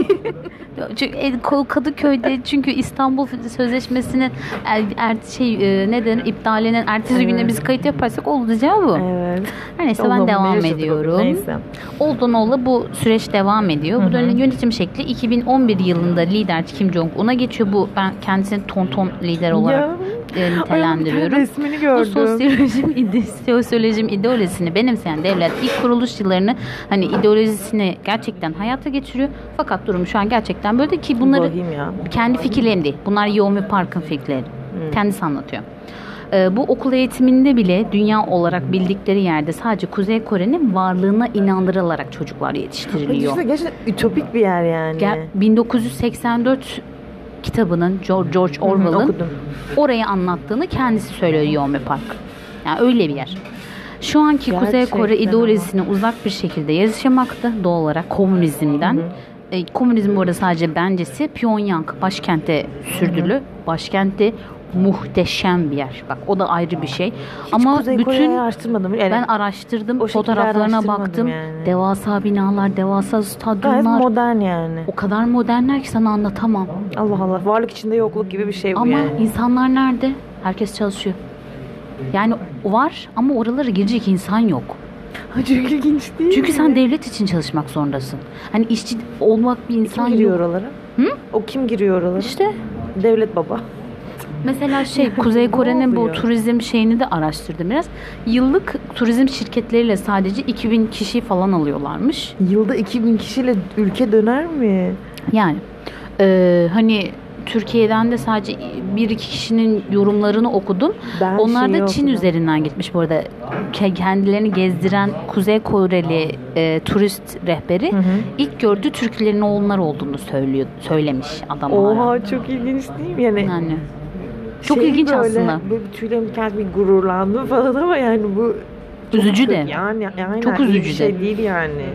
B: Çünkü e, Ko- Kadıköy'de çünkü İstanbul Sözleşmesi'nin er, er, şey e, ne denir iptalinin ertesi
A: Evet.
B: günde biz kayıt yaparsak olacağı bu.
A: Evet.
B: Her neyse ben
A: Allah'ım, ne
B: devam
A: yaşadık o gün,
B: ediyorum.
A: Neyse.
B: Oldan ola bu süreç devam ediyor.
A: Hı
B: Bu
A: hı.
B: dönemin yönetim şekli iki bin on bir yılında lider Kim Jong-un'a geçiyor. Bu ben kendisini tonton lider olarak e, nitelendiriyorum.
A: Ay, resmini
B: Bu
A: gördüm.
B: sosyolojim, ide, sosyolojim ideolojisini benimseyen devlet ilk kuruluş yıllarını hani ideolojisini gerçekten hayata geçiriyor. Fakat durum şu an gerçekten böyle ki bunları
A: Vahim ya.
B: kendi fikirlerim değil. Bunlar Yeonmi Park'ın fikirleri. Kendisi anlatıyor. Ee, bu okul eğitiminde bile dünya olarak bildikleri yerde sadece Kuzey Kore'nin varlığına inandırılarak çocuklar yetiştiriliyor.
A: Gerçekten ütopik bir yer yani.
B: Gel, bin dokuz yüz seksen dört kitabının George Orwell'ın orayı anlattığını kendisi söylüyor Yeonmi Park. Yani öyle bir yer. Şu anki
A: Gerçekten
B: Kuzey Kore ideolojisine uzak bir şekilde yaşamakta doğal olarak komünizmden. Hı hı. E, komünizm bu arada sadece bencesi Pyongyang başkentte sürdürülü. Başkentte muhteşem bir yer. Bak o da ayrı bir şey.
A: Hiç
B: ama
A: Kuzey
B: bütün
A: Kore'yi araştırmadım. Yani
B: ben araştırdım, fotoğraflarına baktım. Yani. Devasa binalar, devasa stadyumlar.
A: Gayet modern yani.
B: O kadar modernler ki sana anlatamam.
A: Allah Allah. Varlık içinde yokluk gibi bir şey bu
B: ama
A: yani.
B: Ama insanlar nerede? Herkes çalışıyor. Yani var ama oralara girecek insan yok.
A: Çok ilginç değil
B: Çünkü
A: mi?
B: sen devlet için çalışmak zorundasın. Hani işçi olmak bir insan
A: kim giriyor
B: yok.
A: oralara?
B: Hı?
A: O kim giriyor oralara?
B: İşte.
A: Devlet baba.
B: Mesela şey Kuzey Kore'nin bu turizm şeyini de araştırdım biraz. Yıllık turizm şirketleriyle sadece iki bin kişi falan alıyorlarmış.
A: Yılda iki bin kişiyle ülke döner mi?
B: Yani e, hani Türkiye'den de sadece bir iki kişinin yorumlarını okudum. Ben Onlar da Çin okudum. Üzerinden gitmiş bu arada. Kendilerini gezdiren Kuzey Koreli e, turist rehberi hı hı. ilk gördüğü Türklerin onlar olduğunu söylüyor, söylemiş adamlara.
A: Oha çok ilginç değil mi? Yani,
B: yani çok
A: şey
B: ilginç
A: böyle,
B: aslında.
A: Böyle tüylerim diken bir gururlandım falan ama yani bu
B: üzücü de.
A: Yani, yani
B: çok üzücü
A: bir şey
B: de.
A: değil yani.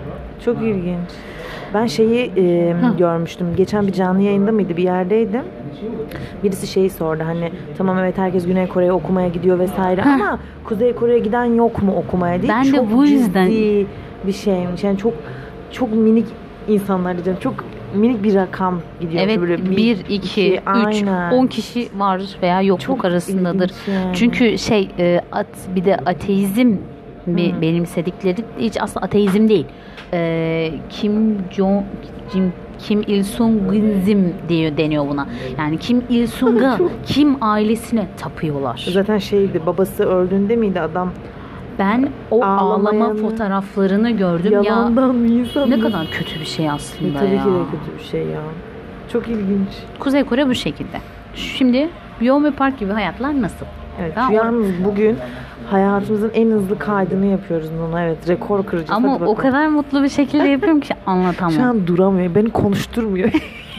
A: Çok ilginç. Ben şeyi e, görmüştüm. Geçen bir canlı yayında mıydı? Bir yerdeydim. Birisi şeyi sordu. Hani tamam evet herkes Güney Kore'ye okumaya gidiyor vesaire Heh. ama Kuzey Kore'ye giden yok mu okumaya diye.
B: Ben
A: çok
B: de bu yüzden
A: ciddi bir şeymiş. Yani çok çok minik insanlar diyeceğim. Çok minik bir rakam gidiyor.
B: Evet
A: böyle
B: bir, iki, üç, on kişi var veya yokluk çok arasındadır. Yani. Çünkü şey at, bir de ateizm bir hmm. benimsedikleri hiç aslında ateizm değil. Ee, Kim Jong Kim Kim Il Sungizm diye deniyor buna. Yani Kim Il Sung'a, Kim ailesine tapıyorlar.
A: Zaten şeydi babası öldüğünde miydi adam?
B: Ben o ağlama fotoğraflarını gördüm
A: yalandan
B: ya.
A: Bir insan
B: ne
A: mı?
B: kadar kötü bir şey aslında
A: e, tabii
B: ya.
A: Tabii ki de kötü bir şey ya. Çok ilginç.
B: Kuzey Kore bu şekilde. Şimdi Yeonmi Park gibi hayatlar nasıl?
A: Evet. Şu yalnız bugün hayatımızın en hızlı kaydını yapıyoruz Nuna. Evet, rekor kıracağız.
B: Ama o kadar mutlu bir şekilde yapıyorum ki anlatamam.
A: Şu an duramıyor. Beni konuşturmuyor.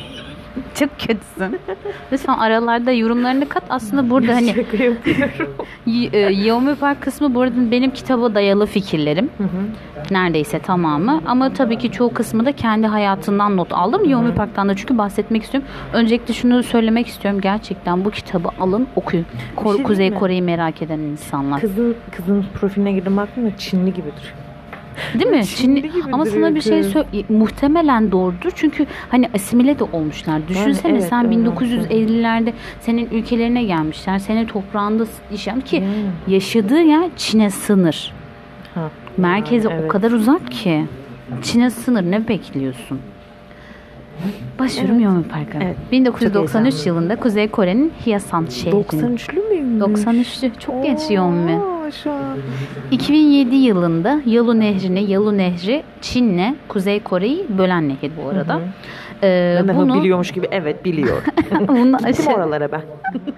B: Çok kötüsün. Lütfen aralarda yorumlarını kat. Aslında burada hani
A: şaka yapıyorum.
B: Yeonmi Park kısmı bu arada benim kitaba dayalı fikirlerim. Hı hı. Neredeyse tamamı. Ama tabii ki çoğu kısmı da kendi hayatından not aldım. Yeonmi Park'tan da çünkü bahsetmek istiyorum. Öncelikle şunu söylemek istiyorum. Gerçekten bu kitabı alın, okuyun. Ko- şey Kuzey Kore'yi merak eden insanlar.
A: Kızın kızın profiline girdim baktım da Çinli gibidir.
B: Değil mi? Çinli, ama sana bir şey söyle, muhtemelen doğrudur. Çünkü hani asimile de olmuşlar. Düşünsene yani, evet, sen bin dokuz yüz ellilerde senin ülkelerine gelmişler. Senin toprağında iş yapmış ki hmm. yaşadığı yer Çin'e sınır. Ha. Merkezi yani, evet. o kadar uzak ki. Çin'e sınır ne bekliyorsun? Başlıyorum Yeonmi Park'a. Evet. bin dokuz yüz doksan üç yılında Kuzey Kore'nin Hyesan şehri.
A: doksan üçlü müymüş?
B: doksan üçlü. Çok Oo, genç Yeonmi. iki bin yedi yılında Yalu Nehri'ni, Yalu Nehri Çin'le Kuzey Kore'yi bölen nehir bu arada. Hı hı.
A: Ee, ben de bunu biliyormuş gibi evet biliyor. Bunu aşağı... oralara ben.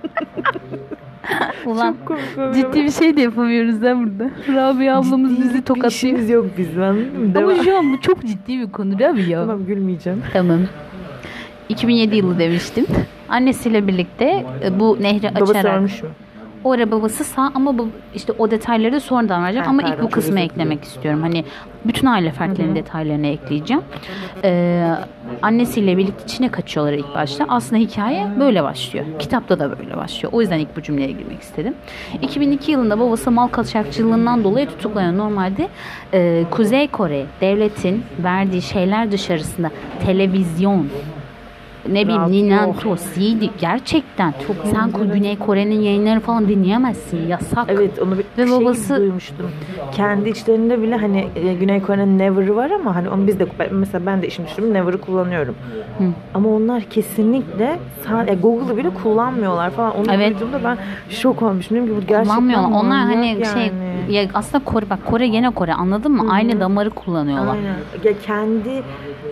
B: Ulan ciddi bir şey de yapamıyoruz da burada. Rabia ablamız ciddi bizi tokatlıyor.
A: Ciddi bir işimiz yok bizim anladın mı?
B: Ama şu an bu çok ciddi bir konu Rabia.
A: Tamam gülmeyeceğim.
B: Tamam. iki bin yedi yılı demiştim. Annesiyle birlikte bu nehri açarak.
A: Babası ölmüş mü?
B: O ara babası sağ ama bu işte o detayları da sonradan vereceğim ha, ama pardon, ilk bu kısmı eklemek istiyorum. Hani bütün aile fertlerinin detaylarını ekleyeceğim. Ee, annesiyle birlikte Çin'e kaçıyorlar ilk başta. Aslında hikaye böyle başlıyor. Kitapta da böyle başlıyor. O yüzden ilk bu cümleye girmek istedim. iki bin iki yılında babası mal kaçakçılığından dolayı tutuklanan normalde e, Kuzey Kore devletin verdiği şeyler dışarısında televizyon, ne bileyim Ninanto, C D gerçekten çok sen Güney Kore'nin yayınları falan dinleyemezsin. Yasak.
A: Evet onu bir ve şey babası duymuştum. Kendi içlerinde bile hani Güney Kore'nin Never'ı var ama hani onu biz de mesela ben de işim düştüm Never'ı kullanıyorum. Hı. Ama onlar kesinlikle sadece Google'ı bile kullanmıyorlar falan. Onu evet. duyduğumda ben şok olmuşum. Dedim ki bu gerçekten kullanmıyorlar.
B: Onlar hani
A: yani.
B: şey ya aslında Kore bak Kore gene Kore anladın mı? Hı-hı. Aynı damarı kullanıyorlar.
A: Aynen. Ya kendi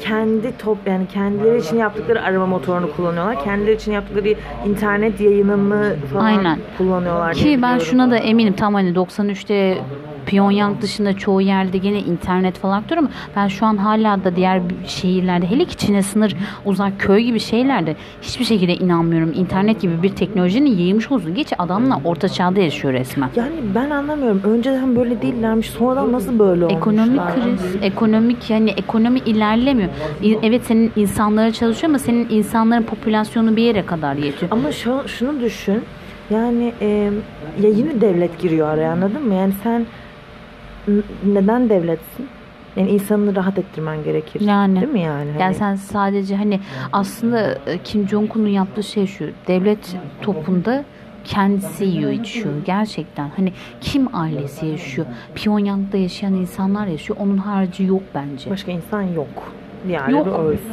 A: kendi top yani kendileri için yaptıkları arama motorunu kullanıyorlar. Kendileri için yaptıkları internet yayınını falan
B: Aynen.
A: kullanıyorlar.
B: Ki ben
A: biliyorum.
B: şuna da eminim, tam hani doksan üçte Pyongyang dışında çoğu yerde gene internet falan akıyor ama ben şu an hala da diğer şehirlerde, hele ki Çin'e sınır uzak köy gibi şeylerde hiçbir şekilde inanmıyorum. İnternet gibi bir teknolojinin yayılmış olsun. Geç adamla orta çağda yaşıyor resmen.
A: Yani ben anlamıyorum. Önceden böyle değillermiş. Sonradan nasıl böyle olmuşlar?
B: Ekonomik kriz, ekonomik yani ekonomi ilerlemiyor. İ- Evet, senin insanlara çalışıyor ama senin insanların popülasyonu bir yere kadar yetiyor.
A: Ama şu, şunu düşün. Yani e, ya yine devlet giriyor araya, anladın mı? Yani sen n- neden devletsin? Yani insanını rahat ettirmen gerekir.
B: Yani.
A: Değil mi yani?
B: Yani
A: Hani-
B: sen sadece hani aslında e, Kim Jong-un'un yaptığı şey şu: devlet topunda kendisi yiyor içiyor gerçekten. Hani Kim ailesi yaşıyor. Pyongyang'da yaşayan insanlar yaşıyor. Onun harici yok bence.
A: Başka insan yok. Yani
B: Yok.
A: bir öz.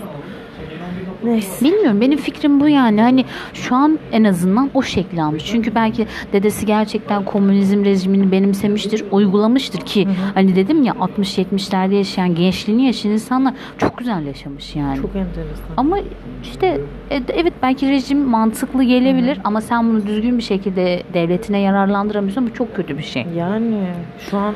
A: Neyse.
B: Bilmiyorum, benim fikrim bu yani. Hani şu an en azından o şekli almış. Çünkü belki dedesi gerçekten komünizm rejimini benimsemiştir, uygulamıştır ki hani dedim ya, altmış yetmişlerde yaşayan, gençliğini yaşayan insanlar çok güzel yaşamış yani.
A: Çok enteresan.
B: Ama işte e, evet, belki rejim mantıklı gelebilir ama sen bunu düzgün bir şekilde devletine yararlandıramıyorsan bu çok kötü bir şey.
A: Yani şu an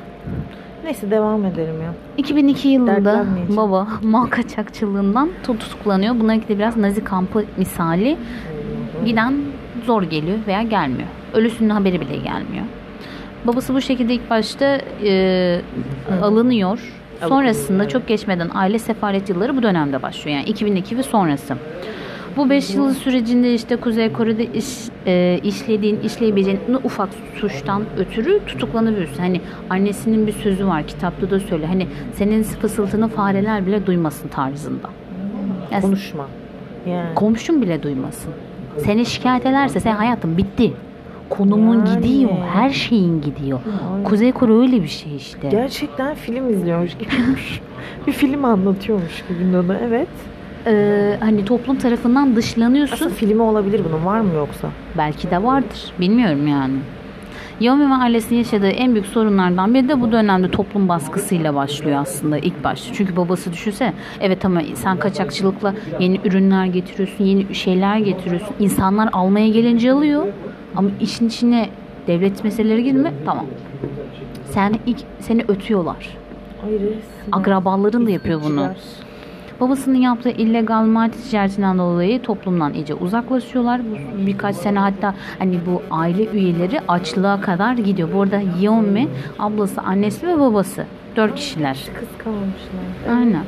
A: neyse devam edelim ya.
B: iki bin iki yılında
A: Dertlenmeyeceğim.
B: baba mal kaçakçılığından tutuklanıyor. Bunlarınki de biraz Nazi kampı misali. Giden zor geliyor veya gelmiyor. Ölüsünün haberi bile gelmiyor. Babası bu şekilde ilk başta e, alınıyor. Sonrasında çok geçmeden aile sefaret yılları bu dönemde başlıyor. Yani iki bin iki ve sonrası. Bu beş yıl sürecinde işte Kuzey Kore'de iş, e, işlediğin, işleyebileceğin ufak suçtan ötürü tutuklanabiliyorsun. Hani annesinin bir sözü var, kitapta da söyle. Hani senin fısıltını fareler bile duymasın tarzında. Yani
A: Konuşma. Yani.
B: komşun bile duymasın. Seni şikayet ederse sen hayatın bitti. Konumun
A: Yani.
B: gidiyor, her şeyin gidiyor.
A: Aynen.
B: Kuzey Kore öyle bir şey işte.
A: Gerçekten film izliyormuş gibi. Bir film anlatıyormuş gibi onu. Evet.
B: Ee, hani toplum tarafından dışlanıyorsun.
A: Aslında filmi olabilir bunun. Var mı yoksa?
B: Belki de vardır. Bilmiyorum yani. Yeomi ve ailesinin yaşadığı en büyük sorunlardan biri de bu dönemde toplum baskısıyla başlıyor aslında ilk başta. Çünkü babası düşünse, evet ama sen kaçakçılıkla yeni ürünler getiriyorsun, yeni şeyler getiriyorsun. İnsanlar almaya gelince alıyor. Ama işin içine devlet meseleleri girdi mi? Tamam. Sen ilk seni ötüyorlar.
A: Ay, resmen.
B: Akrabaların da yapıyor bunu.
A: İzleyiciler.
B: Babasının yaptığı illegal madde ticaretinden dolayı toplumdan iyice uzaklaşıyorlar. Bu birkaç sene hatta hani bu aile üyeleri açlığa kadar gidiyor. Bu arada Yeonmi, ablası, annesi ve babası. Dört kişiler.
A: Kız kalmışlar.
B: Aynen.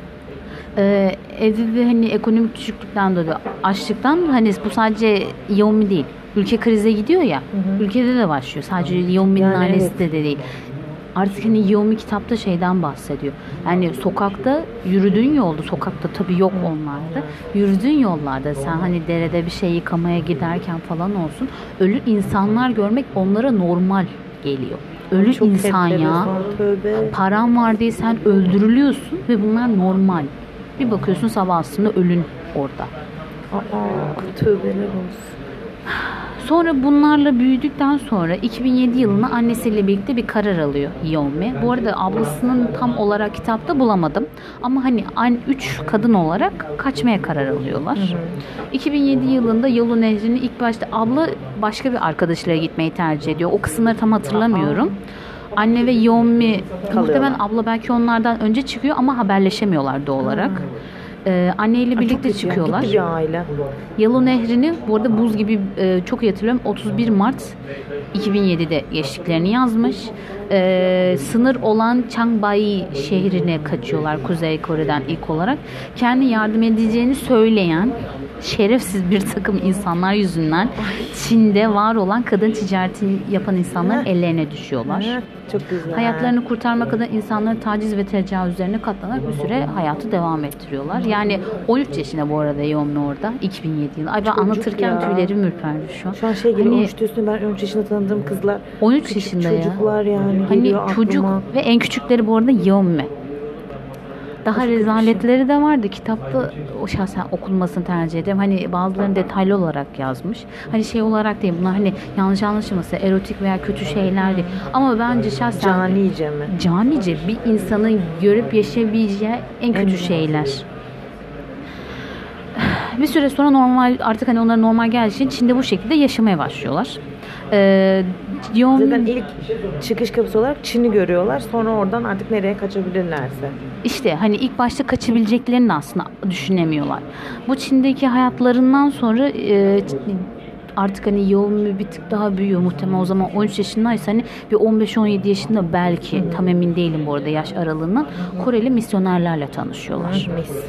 B: Ee, evde de hani ekonomik düşüklükten dolayı, açlıktan, hani bu sadece Yeonmi değil. Ülke krize gidiyor ya.
A: hı.
B: Ülkede de başlıyor. Sadece Yeonmi'nin
A: Yani
B: ailesi
A: evet.
B: de, de değil. Artık hani Yeonmi kitapta şeyden bahsediyor. Yani sokakta yürüdüğün yolda, sokakta tabii yok onlarda. Yürüdüğün yollarda sen hani derede bir şey yıkamaya giderken falan olsun, ölü insanlar görmek onlara normal geliyor. Ölü
A: Çok
B: insan ya.
A: enteresan, tövbe.
B: Paran var diye sen öldürülüyorsun ve bunlar normal. Bir bakıyorsun sabah aslında ölün orada.
A: Aa, tövbeler olsun.
B: Sonra bunlarla büyüdükten sonra iki bin yedi yılında annesiyle birlikte bir karar alıyor Yeonmi. Bu arada ablasının tam olarak kitapta bulamadım. Ama hani üç kadın olarak kaçmaya karar alıyorlar. Hı hı. iki bin yedi yılında Yalu Nehri'ni ilk başta abla başka bir arkadaşıyla gitmeyi tercih ediyor. O kısımları tam hatırlamıyorum. Anne ve Yeonmi, muhtemelen abla belki onlardan önce çıkıyor ama haberleşemiyorlar doğal olarak. Hı. Ee, anneyle
A: Ay,
B: birlikte
A: çok kötü ya,
B: çıkıyorlar.
A: gitti bir aile.
B: Yalu Nehri'ni bu arada buz gibi, e, çok iyi hatırlıyorum, otuz bir Mart iki bin yedide geçtiklerini yazmış. E, sınır olan Changbai şehrine kaçıyorlar Kuzey Kore'den ilk olarak. Kendi yardım edeceğini söyleyen şerefsiz bir takım insanlar yüzünden Çin'de var olan kadın ticaretini yapan insanların ellerine düşüyorlar.
A: Evet, çok güzel.
B: Hayatlarını kurtarmak adına insanların taciz ve tecavüzlerine katlanarak bir süre hayatı devam ettiriyorlar. Yani on üç yaşında bu arada Yeonmi orada. iki bin yedi yılı. Ay ben
A: Çocuk
B: anlatırken
A: ya.
B: tüylerim ürperdi şu an.
A: Şu an şey geliyor,
B: Hani-
A: on üç diyorsun, ben on üç yaşında tanıdığım kızlar.
B: on üç
A: küçük
B: yaşında ya.
A: çocuklar yani
B: Hani
A: geliyor
B: çocuk
A: aklıma.
B: ve en küçükleri bu arada Yeonmi. Daha rezaletleri de vardı. Kitapta o şahsen okunmasını tercih ederim. Hani bazılarını detaylı olarak yazmış. Hani şey olarak değil. Bunlar hani yanlış anlaşılması, erotik veya kötü şeyler değil. Ama bence şahsen
A: Canice mi?
B: Canice bir insanın görüp yaşayabileceği en kötü şeyler. Bir süre sonra normal artık hani onlara normal geldiği için Çin'de bu şekilde yaşamaya başlıyorlar. Ee, Dion...
A: Zaten ilk çıkış kapısı olarak Çin'i görüyorlar. Sonra oradan artık nereye kaçabilirlerse.
B: İşte hani ilk başta kaçabileceklerini aslında düşünemiyorlar. Bu Çin'deki hayatlarından sonra e, artık hani yoğun bir tık daha büyüyor. Muhtemelen o zaman on üç yaşındaysa hani bir on beş on yedi yaşında belki, hmm. tam emin değilim bu arada yaş aralığından, Koreli misyonerlerle tanışıyorlar.
A: Mis.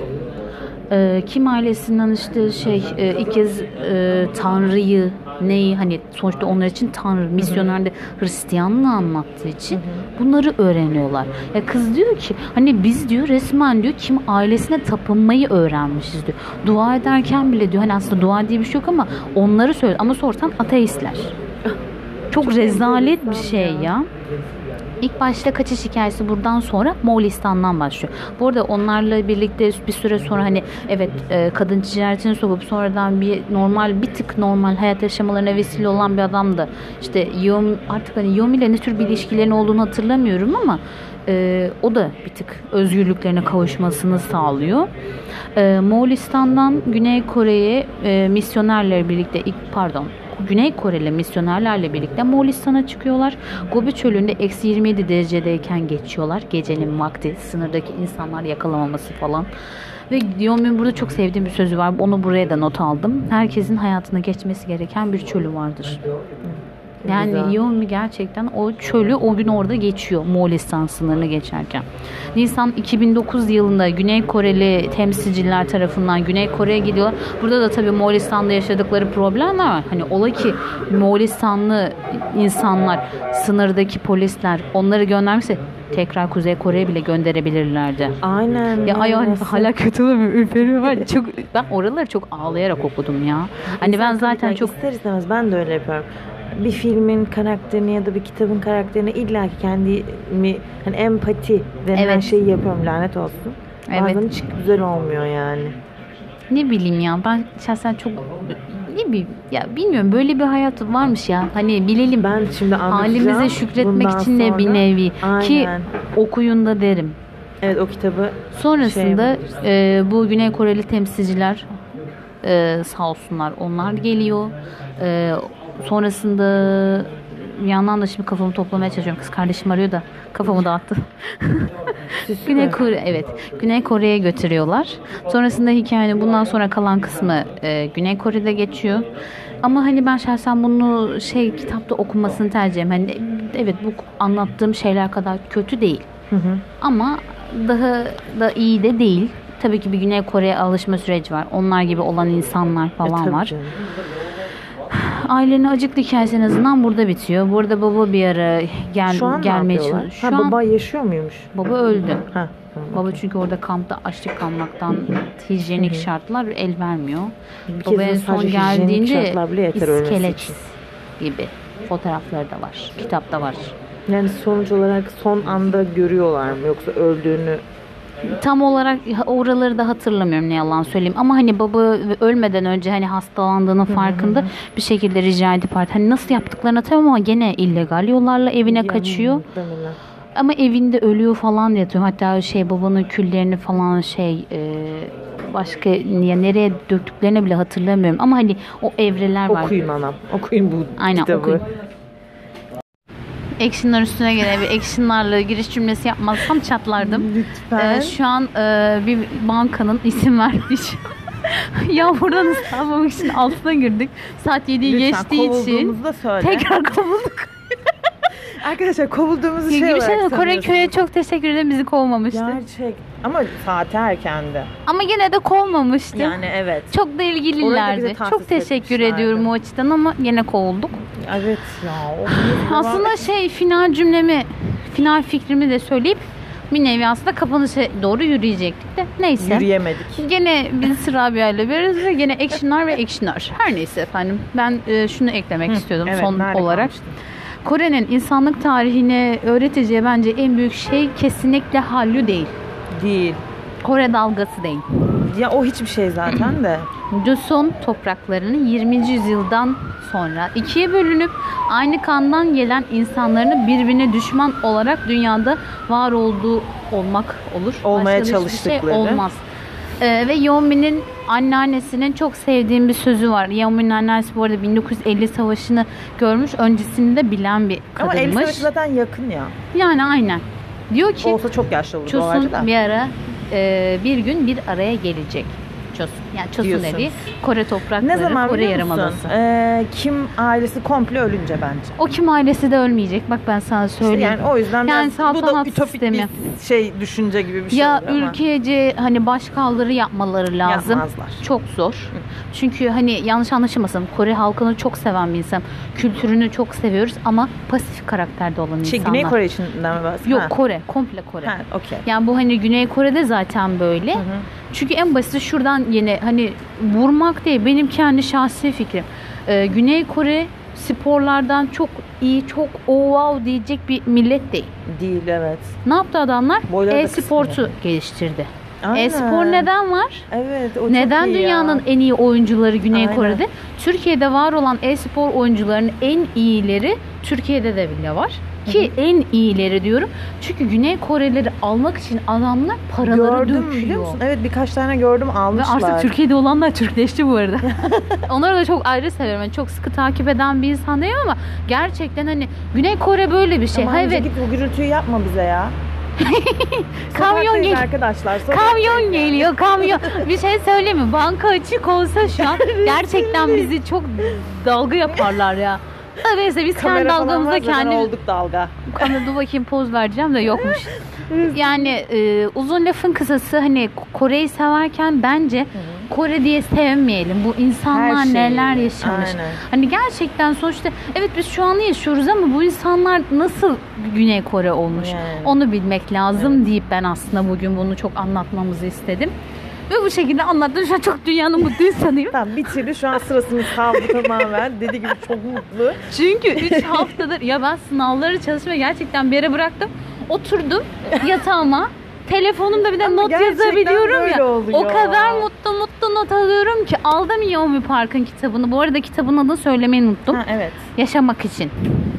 B: Ee, Kim ailesinden işte şey e, ilk kez e, Tanrı'yı neyi hani sonuçta onlar için Tanrı misyoner de Hristiyanlığı anlattığı için bunları öğreniyorlar. Ya kız diyor ki hani biz diyor resmen diyor Kim ailesine tapınmayı öğrenmişiz diyor. Dua ederken bile diyor hani aslında dua diye bir şey yok ama onları söyle ama sorsan ateistler. Çok, Çok rezalet bir şey ya. İlk başta kaçış hikayesi buradan sonra Moğolistan'dan başlıyor. Bu arada onlarla birlikte bir süre sonra hani evet e, kadın ticaretini sokup sonradan bir normal bir tık normal hayat yaşamalarına vesile olan bir adam da işte Yom, artık hani Yom ile ne tür bir ilişkilerin olduğunu hatırlamıyorum ama e, o da bir tık özgürlüklerine kavuşmasını sağlıyor. E, Moğolistan'dan Güney Kore'ye e, misyonerle birlikte ilk pardon Güney Koreli misyonerlerle birlikte Moğolistan'a çıkıyorlar. Gobi çölünde eksi yirmi yedi derecedeyken geçiyorlar. Gecenin vakti, sınırdaki insanlar yakalamaması falan. Ve Diyomi'nin burada çok sevdiğim bir sözü var. Onu buraya da not aldım. Herkesin hayatına geçmesi gereken bir çölü vardır. Yani Yomi gerçekten o çölü o gün orada geçiyor Moğolistan sınırını geçerken. Nisan iki bin dokuz yılında Güney Koreli temsilciler tarafından Güney Kore'ye gidiyorlar. Burada da tabii Moğolistan'da yaşadıkları problemler var. Hani ola ki Moğolistanlı insanlar, sınırdaki polisler onları göndermişse tekrar Kuzey Kore'ye bile gönderebilirlerdi.
A: Aynen.
B: Ya ay hala kötü olmuyor. Ürperiyor var. Çok ben oraları çok ağlayarak okudum ya. Hani
A: İnsan
B: ben zaten çok
A: ister istemez ben de öyle yapıyorum. Bir filmin karakterini ya da bir kitabın karakterini illaki kendimi hani empati denen
B: evet.
A: şeyi yapıyorum, lanet olsun.
B: Evet.
A: Bazen hiç güzel olmuyor yani.
B: Ne bileyim ya ben şahsen çok ne bileyim ya bilmiyorum böyle bir hayat varmış ya. Hani bilelim.
A: Ben şimdi anlatacağım.
B: Halimize şükretmek için de bir nevi
A: aynen.
B: Ki okuyun da derim.
A: Evet o kitabı.
B: Sonrasında şey e, bu Güney Koreli temsilciler e, sağ olsunlar onlar geliyor. E, Sonrasında bir yandan da şimdi kafamı toplamaya çalışıyorum. Kız kardeşim arıyor da kafamı dağıttı. Güney Kore, evet. Güney Kore'ye götürüyorlar. Sonrasında hikayenin bundan sonra kalan kısmı e, Güney Kore'de geçiyor. Ama hani ben şahsen bunu şey kitapta okunmasını tercih ederim. Hani evet bu anlattığım şeyler kadar kötü değil.
A: Hı hı.
B: Ama daha da iyi de değil. Tabii ki bir Güney Kore'ye alışma süreci var. Onlar gibi olan insanlar falan
A: e,
B: var.
A: Canım.
B: Ailenin acıklı hikayesi en azından burada bitiyor. Burada baba bir ara gel
A: Şu an
B: gelmeye çalışıyor.
A: Şu ha, an baba yaşıyor muymuş?
B: Baba öldü.
A: Ha, tamam,
B: baba
A: okay.
B: Çünkü orada kampta açlık kalmaktan hijyenik
A: Hı-hı.
B: şartlar el vermiyor.
A: Bir
B: baba en son geldiğinde iskelet
A: için.
B: gibi fotoğrafları da var. Kitapta var.
A: Yani sonuç olarak son anda görüyorlar mı yoksa öldüğünü?
B: Tam olarak oraları da hatırlamıyorum ne yalan söyleyeyim. Ama hani baba ölmeden önce hani hastalandığının farkında hı hı. bir şekilde rica edip artık hani nasıl yaptıklarını hatırlamıyorum ama gene illegal yollarla evine yani, kaçıyor. Muhtemelen. Ama evinde ölüyor falan yatıyor. Hatta şey babanın küllerini falan şey e, başka ya nereye döktüklerini bile hatırlamıyorum. Ama hani o evreler var.
A: Okuyun anam. Okuyun bu
B: aynen,
A: kitabı.
B: Okuyun. Action'lar üstüne gene bir action'larla giriş cümlesi yapmazsam çatlardım.
A: Lütfen.
B: Ee, şu an e, bir bankanın isim verdiği yağmurdan ıslanmamak için altına girdik. Saat yediyi geçtiği için tekrar kovulduk.
A: Arkadaşlar kovulduğumuz şey olarak
B: şey Kore köye çok teşekkür ederim bizi kovmamıştı.
A: Gerçek. Ama saati erkendi.
B: Ama yine de kovmamıştı.
A: Yani evet.
B: Çok da ilgililerdi. Çok teşekkür ediyorum o açıdan ama yine kovulduk.
A: Evet ya.
B: Aslında şey final cümlemi, final fikrimi de söyleyip bir nevi aslında kapanışa doğru yürüyecektik de. Neyse.
A: Yürüyemedik.
B: Gene biz Rabia ile beriz ve gene action'lar ve action'lar. Her neyse efendim. Ben e, şunu eklemek Hı, istiyordum evet, son olarak. Kalmıştım? Kore'nin insanlık tarihine öğreteceği bence en büyük şey kesinlikle hallyu değil.
A: Değil.
B: Kore dalgası değil.
A: Ya o hiçbir şey zaten de.
B: Joseon topraklarının yirminci yüzyıldan sonra ikiye bölünüp aynı kandan gelen insanların birbirine düşman olarak dünyada var olduğu olmak olur.
A: Olmaya
B: Başka da hiçbir
A: çalıştıkları.
B: şey olmaz. Ee, ve Yeonmi'nin anneannesinin çok sevdiğim bir sözü var. Yeonmi'nin annesi bu arada bin dokuz yüz elli savaşını görmüş. Öncesini de bilen bir kadınmış.
A: Ama elli savaşı zaten yakın ya.
B: Yani aynen. Diyor ki
A: Olsa çok yaşlı olurdu o
B: Chosun
A: da.
B: bir ara e, bir gün bir araya gelecek. Chosun. Yani Chosun
A: Diyorsun.
B: dediği Kore toprakları,
A: Ne zaman
B: Kore
A: biliyor musun?
B: Yarımadası.
A: Ee, Kim ailesi komple ölünce bence.
B: O Kim ailesi de ölmeyecek. Bak ben sana
A: İşte
B: söyleyeyim.
A: yani o yüzden
B: Yani
A: biraz, bu da
B: saltanat
A: ütopik
B: sistemi.
A: bir şey düşünce gibi bir şey
B: Ya
A: oluyor ama
B: ülkece hani başkaldırı yapmaları lazım.
A: yapmazlar.
B: Çok zor. Çünkü hani yanlış anlaşılmasın, Kore halkını çok seven bir insan. Kültürünü çok seviyoruz ama pasif karakterde olan
A: Şey,
B: insanlar.
A: Güney Kore içinden mi bahsediyorsun?
B: Yok,
A: Ha.
B: Kore. Komple Kore.
A: Ha, okey.
B: Yani bu hani Güney Kore'de zaten böyle.
A: Hı hı.
B: Çünkü en basiti şuradan yine hani vurmak değil, benim kendi şahsi fikrim. Ee, Güney Kore sporlardan çok iyi, çok oh wow diyecek bir millet değil.
A: Değil, evet.
B: Ne yaptı adamlar?
A: Boyları da
B: E-sportu
A: kısmıyor.
B: geliştirdi.
A: Aynen.
B: E-spor neden var?
A: Evet, o çok
B: Neden
A: iyi
B: dünyanın
A: ya.
B: en iyi oyuncuları Güney
A: Aynen.
B: Kore'de? Türkiye'de var olan e-spor oyuncularının en iyileri Türkiye'de de bile var. Ki
A: Hı hı.
B: en iyileri diyorum. Çünkü Güney Korelileri almak için adamlar paraları
A: Gördüm
B: döküyor.
A: biliyor musun? Evet, birkaç tane gördüm,
B: Ve
A: almışlar.
B: artık Türkiye'de olanlar Türkleşti bu arada. Onları da çok ayrı seviyorum. Yani çok sıkı takip eden bir insan değilim ama gerçekten hani Güney Kore böyle bir şey.
A: Ama
B: Ha,
A: Hanice,
B: evet.
A: git bu gürültüyü yapma bize ya.
B: Kamyon
A: Sokaktayız
B: gel-
A: arkadaşlar. sokaktayız
B: Kamyon
A: ya.
B: geliyor, kamyon. Bir şey söyleyeyim mi? Banka açık olsa şu an gerçekten bizi çok dalga yaparlar ya. Neyse biz kendi
A: Kamera falan
B: dalgamızda
A: var, zaten
B: kendi...
A: olduk dalga.
B: Kamera dur bakayım, poz vereceğim de yokmuş. Yani e, uzun lafın kısası hani Kore'yi severken bence Kore diye sevmeyelim. Bu insanlar
A: Her şeyi.
B: neler yaşamış.
A: Aynen.
B: Hani gerçekten sonuçta evet biz şu anı yaşıyoruz ama bu insanlar nasıl Güney Kore olmuş?
A: Yani.
B: Onu bilmek lazım deyip ben aslında bugün bunu çok anlatmamızı istedim. Ve bu şekilde anlattım. Şu an çok dünyanın mutlu insanıyım.
A: Tamam, bitirdi. Şu an sırasını kaldı tamamen. Dediği gibi çok mutlu.
B: Çünkü üç haftadır ya ben sınavları çalışmayı gerçekten bir yere bıraktım. Oturdum yatağıma. Telefonumda bir de
A: Ama
B: not
A: gerçekten
B: yazabiliyorum
A: böyle
B: ya.
A: oluyor.
B: O kadar mutlu mutlu not alıyorum ki aldım Yeonmi Park'ın kitabını. Bu arada kitabın adını söylemeyi unuttum.
A: Ha, evet.
B: Yaşamak için.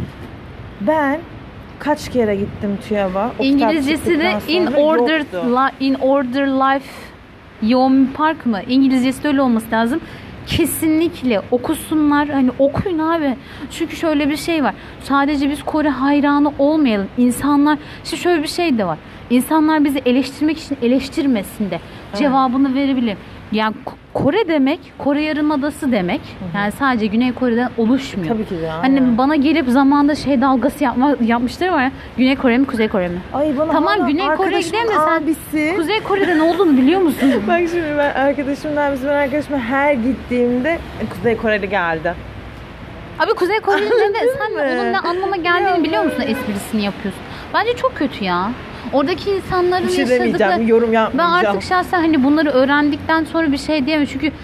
A: Ben kaç kere gittim TÜYAB'a. O
B: İngilizcesi
A: kitap
B: de
A: çıktıktan
B: In
A: sonra
B: Order
A: yoktu.
B: La- In Order Life Yeonmi Park mı? İngilizcesi de öyle olması lazım. Kesinlikle okusunlar. Hani okuyun abi. Çünkü şöyle bir şey var. Sadece biz Kore hayranı olmayalım. İnsanlar, işte şöyle bir şey de var. İnsanlar bizi eleştirmek için eleştirmesin de cevabını verebilir. Yani K- Kore demek, Kore Yarımadası demek. Yani sadece Güney Kore'den oluşmuyor.
A: Tabii ki de,
B: Hani
A: aynen.
B: bana gelip zamanda şey dalgası yapma, yapmışları var ya. Güney Kore mi, Kuzey Kore mi?
A: Ay bana
B: Tamam,
A: hala
B: Güney Kore'ye
A: arkadaşımın
B: gidelim de sen
A: abisi.
B: Kuzey Kore'de ne olduğunu biliyor musun?
A: Bak şimdi ben arkadaşımın abisi, ben arkadaşıma her gittiğimde Kuzey Koreli geldi.
B: Abi Kuzey Kore'nin de sen
A: Değil mi?
B: onun ne anlama geldiğini
A: Ya
B: biliyor
A: ben-
B: musun, esprisini yapıyorsun. Bence çok kötü ya. Oradaki insanların
A: Bir şey
B: yaşadıkları...
A: demeyeceğim, yorum
B: Ben
A: yapmayacağım.
B: artık şahsen hani bunları öğrendikten sonra bir şey diyemem. Çünkü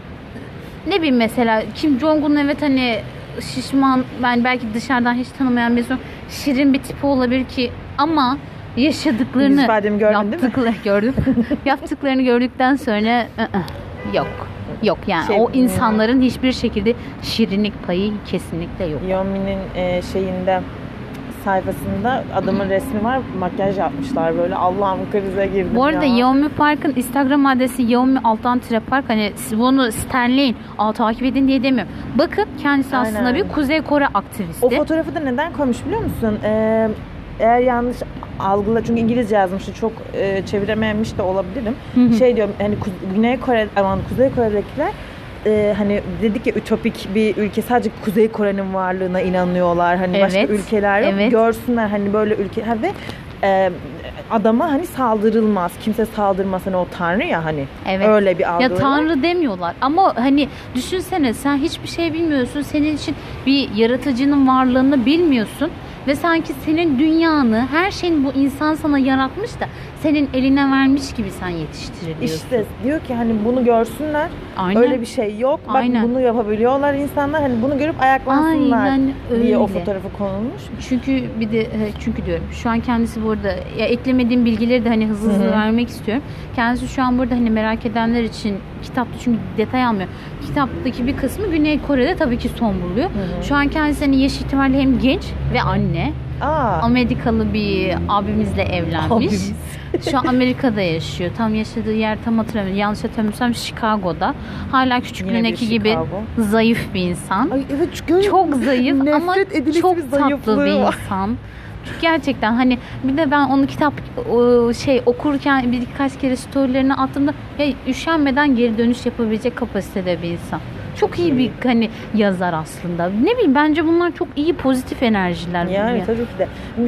B: ne bileyim mesela Kim Jong-un evet hani şişman, ben belki dışarıdan hiç tanımayan bir insan, şirin bir tipi olabilir ki ama yaşadıklarını
A: Yüz ifademi gördün değil mi?
B: yaptıkları gördüm. Yaptıklarını gördükten sonra ı-ı, yok. Yok yani
A: Şey,
B: o insanların hiçbir şekilde şirinlik payı kesinlikle yok.
A: Yeonmi'nin e, şeyinde, sayfasında adamın resmi var. Makyaj yapmışlar böyle. Allah'ım, krize girdim
B: Bu arada
A: ya.
B: Yeonmi Park'ın Instagram adresi Yeonmi alttan tire park. Hani siz bunu stenleyin, aa, takip edin diye demiyorum. Bakın kendisi
A: Aynen.
B: aslında bir Kuzey Kore aktivisti.
A: O fotoğrafı da neden koymuş biliyor musun? Ee, eğer yanlış algıla, çünkü İngilizce yazmıştı, çok e, çevirememiş de olabilirim.
B: Hı hı.
A: Şey diyorum, hani Ku- Güney Kore, aman Kuzey Kore'dekiler e, hani dedik ya, ütopik bir ülke, sadece Kuzey Kore'nin varlığına inanıyorlar. Hani başka
B: Evet,
A: ülkeler yok.
B: evet.
A: Görsünler hani böyle ülke, ha, ve e, adama hani saldırılmaz. Kimse saldırmaz, hani o tanrı ya, hani
B: Evet.
A: öyle bir
B: Ya
A: algı.
B: tanrı demiyorlar ama hani düşünsene, sen hiçbir şey bilmiyorsun. Senin için bir yaratıcının varlığını bilmiyorsun. Ve sanki senin dünyanı, her şeyin bu insan sana yaratmış da senin eline vermiş gibi sen yetiştiriliyorsun.
A: İşte diyor ki hani bunu görsünler.
B: Aynen.
A: Öyle bir şey yok. Bak
B: Aynen.
A: bunu yapabiliyorlar insanlar. Hani bunu görüp ayaklansınlar
B: Aynen öyle.
A: diye o fotoğrafı konulmuş.
B: Çünkü bir de çünkü diyorum şu an kendisi burada ya eklemediğim bilgileri de hani hızlı hızlı
A: Hı-hı.
B: vermek istiyorum. Kendisi şu an burada hani merak edenler için kitapta çünkü detay almıyor. Kitaptaki bir kısmı Güney Kore'de tabii ki son buluyor.
A: Hı-hı.
B: Şu an kendisi hani yaş itibariyle hem genç ve anne.
A: Aa.
B: Amerikalı bir abimizle evlenmiş.
A: Abimiz.
B: Şu an Amerika'da yaşıyor. Tam yaşadığı yer tam hatırlamıyorum. Yanlış hatırlamıyorsam Chicago'da. Hala küçüklüğündeki gibi zayıf bir insan.
A: Ay evet çünkü
B: çok zayıf ama çok
A: bir
B: tatlı bir insan. Gerçekten hani bir de ben onu kitap şey okurken birkaç kere storylerine attığımda ya üşenmeden geri dönüş yapabilecek kapasitede bir insan. Çok iyi bir hani yazar aslında. Ne bileyim bence bunlar çok iyi pozitif enerjiler.
A: Yani
B: yani.
A: tabii ki de.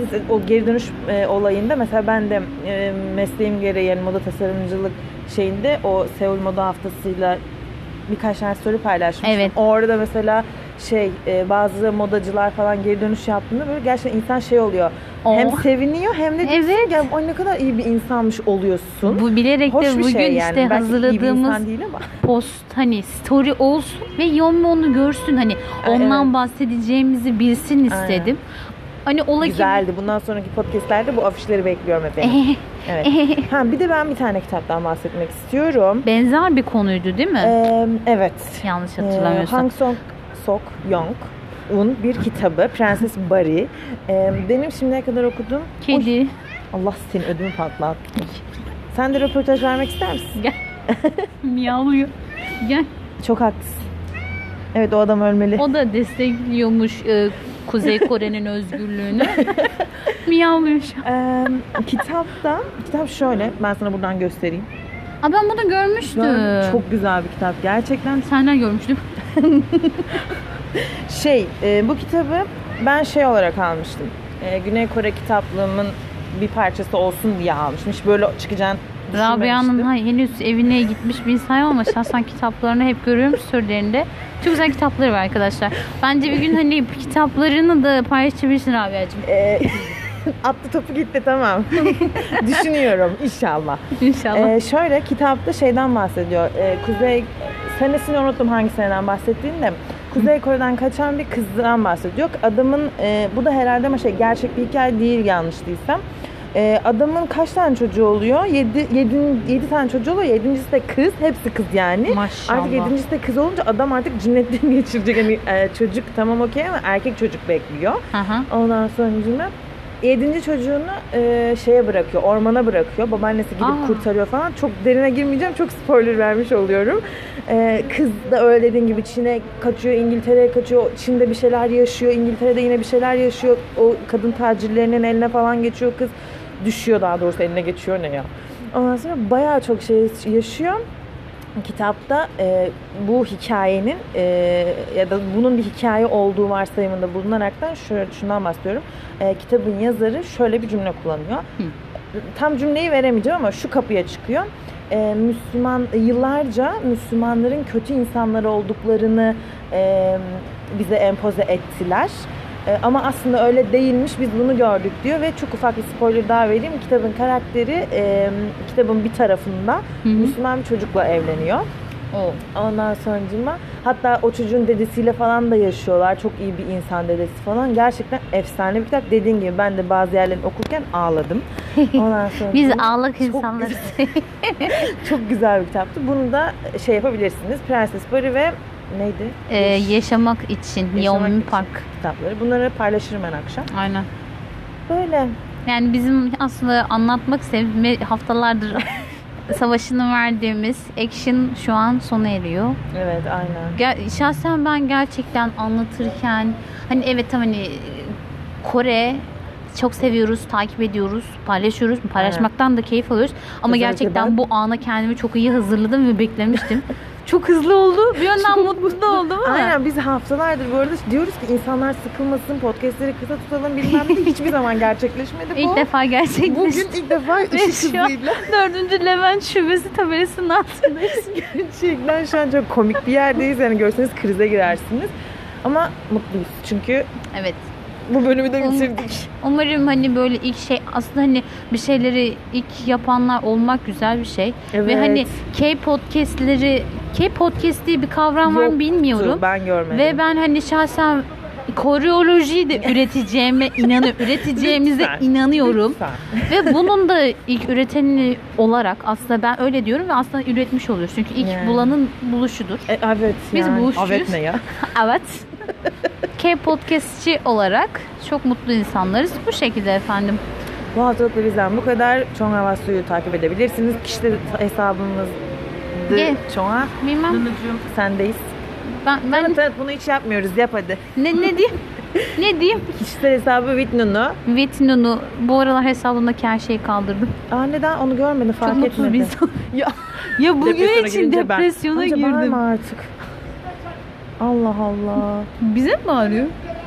A: O geri dönüş e, olayında mesela ben de e, mesleğim gereği yani moda tasarımcılık şeyinde o Seul Moda Haftası'yla birkaç tane story paylaşmıştım.
B: Evet.
A: Orada mesela şey e, bazı modacılar falan geri dönüş yaptığında böyle gerçekten insan şey oluyor. Oh. Hem seviniyor hem de
B: evet.
A: ya, o ne kadar iyi bir insanmış oluyorsun.
B: Bu bilerek
A: Hoş
B: de bugün
A: şey yani.
B: işte
A: Belki
B: hazırladığımız post hani story olsun ve Yonmi onu görsün hani ondan evet. bahsedeceğimizi bilsin istedim. Aynen. Hani ola
A: güzeldi.
B: Ki...
A: Bundan sonraki podcastlerde bu afişleri bekliyorum efendim. Evet. Ha bir de ben bir tane kitaptan bahsetmek istiyorum.
B: Benzer bir konuydu değil mi?
A: Ee, evet.
B: Yanlış hatırlamıyorsam.
A: Ee, Hang Song Sok Yong Un bir kitabı Prenses Barry. Ee, benim şimdiye kadar okuduğum
B: Kedi.
A: Oy, Allah seni ödümü patlat. Sen de röportaj vermek ister misin?
B: Gel. Miyavlıyor. Gel.
A: Çok haklısın. Evet o adam ölmeli.
B: O da destekliyormuş e, Kuzey Kore'nin özgürlüğünü. Miyavlıyor şu an.
A: Ee, kitapta, kitap şöyle. Ben sana buradan göstereyim.
B: Aa, ben bunu görmüştüm.
A: Gör, çok güzel bir kitap. Gerçekten.
B: Senden görmüştüm.
A: şey, e, bu kitabı ben şey olarak almıştım. E, Güney Kore kitaplığımın bir parçası olsun diye almıştım. Hiç böyle çıkacağını
B: Rabia'nın henüz evine gitmiş bir insan ama şahsen kitaplarını hep görüyorum storylerinde. Çok güzel kitapları var arkadaşlar. Bence bir gün hani kitaplarını da paylaşabilirsin Rabia'cığım.
A: E, attı topu gitti tamam. Düşünüyorum inşallah.
B: İnşallah.
A: E, şöyle kitapta şeyden bahsediyor. E, Kuzey senesini unuttum hangi seneden bahsettiğini de. Kuzey Kore'den kaçan bir kızdan bahsediyor. Adamın e, bu da herhalde ama şey gerçek bir hikaye değil yanlış değilsem. E, adamın kaç tane çocuğu oluyor? yedi tane çocuğu oluyor. yedincisi de kız. Hepsi kız yani.
B: Maşallah.
A: Artık yedincisi de kız olunca adam artık cinnetten geçirecek. Yani, e, çocuk tamam okey ama erkek çocuk bekliyor.
B: Hı-hı.
A: Ondan sonra yedinci çocuğunu e, şeye bırakıyor, ormana bırakıyor. Babaannesi gidip Aa. kurtarıyor falan. Çok derine girmeyeceğim, çok spoiler vermiş oluyorum. E, kız da öyle dediğin gibi Çin'e kaçıyor, İngiltere'ye kaçıyor. Çin'de bir şeyler yaşıyor, İngiltere'de yine bir şeyler yaşıyor. O kadın tacirlerinin eline falan geçiyor kız. Düşüyor daha doğrusu, eline geçiyor ne ya. Ondan sonra bayağı çok şey yaşıyor. Kitapta e, bu hikayenin e, ya da bunun bir hikaye olduğu varsayımında bulunaraktan şöyle şundan bahsediyorum. E, kitabın yazarı şöyle bir cümle kullanıyor. Hı. Tam cümleyi veremeyeceğim ama şu kapıya çıkıyor. E, Müslüman yıllarca Müslümanların kötü insanlar olduklarını e, bize empoze ettiler. E, ama aslında öyle değilmiş, biz bunu gördük diyor ve çok ufak bir spoiler daha vereyim. Kitabın karakteri e, kitabın bir tarafında Hı-hı. Müslüman bir çocukla evleniyor. Oh. Ondan sonucuma hatta o çocuğun dedesiyle falan da yaşıyorlar. Çok iyi bir insan dedesi falan. Gerçekten efsane bir kitap. Dediğim gibi ben de bazı yerlerini okurken ağladım. Ondan sonra
B: biz ağlak insanlarız.
A: Çok güzel bir kitaptı. Bunu da şey yapabilirsiniz. Prenses Barry ve neydi?
B: Ee, yaşamak için Yeomin Park
A: kitapları. Bunları paylaşırım ben akşam.
B: Aynen.
A: Böyle.
B: Yani bizim aslında anlatmak istediğimiz haftalardır savaşını verdiğimiz action şu an sona eriyor.
A: Evet, aynen.
B: Ger- şahsen ben gerçekten anlatırken hani evet hani Kore çok seviyoruz, takip ediyoruz, paylaşıyoruz. Paylaşmaktan aynen. da keyif alıyoruz. Ama özellikle gerçekten ben... bu ana kendimi çok iyi hazırladım ve beklemiştim. Çok hızlı oldu. Bir yönden mutlu da oldum ama.
A: Aynen biz haftalardır bu arada diyoruz ki insanlar sıkılmasın, podcastleri kısa tutalım bilmem ne. Hiçbir zaman gerçekleşmedi bu.
B: İlk defa gerçekleşti.
A: Bugün ilk defa ışık hızıyla.
B: Dördüncü Levent Şubesi tabelasının altındayız.
A: Gerçekten şu an çok komik bir yerdeyiz. Yani görseniz krize girersiniz. Ama mutluyuz çünkü
B: evet.
A: Bu bölümü de
B: Um-
A: bitirdik.
B: Umarım hani böyle ilk şey aslında hani bir şeyleri ilk yapanlar olmak güzel bir şey.
A: Evet.
B: Ve hani K-podcast'leri K-podcast diye bir kavram var mı
A: Yoktu,
B: bilmiyorum.
A: Ben görmedim.
B: Ve ben hani şahsen koreolojiyi de üreteceğime inanıyorum. Üreteceğimize
A: Lütfen,
B: inanıyorum.
A: lütfen.
B: Ve bunun da ilk üreteni olarak aslında ben öyle diyorum ve aslında üretmiş oluyoruz. Çünkü ilk
A: Yani.
B: bulanın buluşudur.
A: E, evet
B: Biz
A: yani.
B: buluşçuyuz.
A: Evet ne ya?
B: Evet. K-podcastçi olarak çok mutlu insanlarız. Bu şekilde efendim.
A: Bu haftalık da bizden bu kadar. Çong Hava Suyu takip edebilirsiniz. Kişisel hesabımız
B: Gel.
A: Çong'a.
B: Bilmem.
A: Nunucuğum sendeyiz.
B: Ben, ben
A: Evet evet bunu hiç yapmıyoruz. Yap hadi.
B: ne, ne diyeyim? Ne diyeyim?
A: Kişisel hesabı with Nunu.
B: With Nunu. Bu aralar hesabımdaki her şeyi kaldırdım.
A: Aa neden onu görmedim fark
B: Çok
A: etmedim.
B: mutsuz bir insan.
A: Ya,
B: Ya bugün
A: depresyona
B: için
A: girince ben-
B: depresyona
A: Amca
B: girdim.
A: bağırma artık. Allah Allah.
B: Bize mi bağırıyor?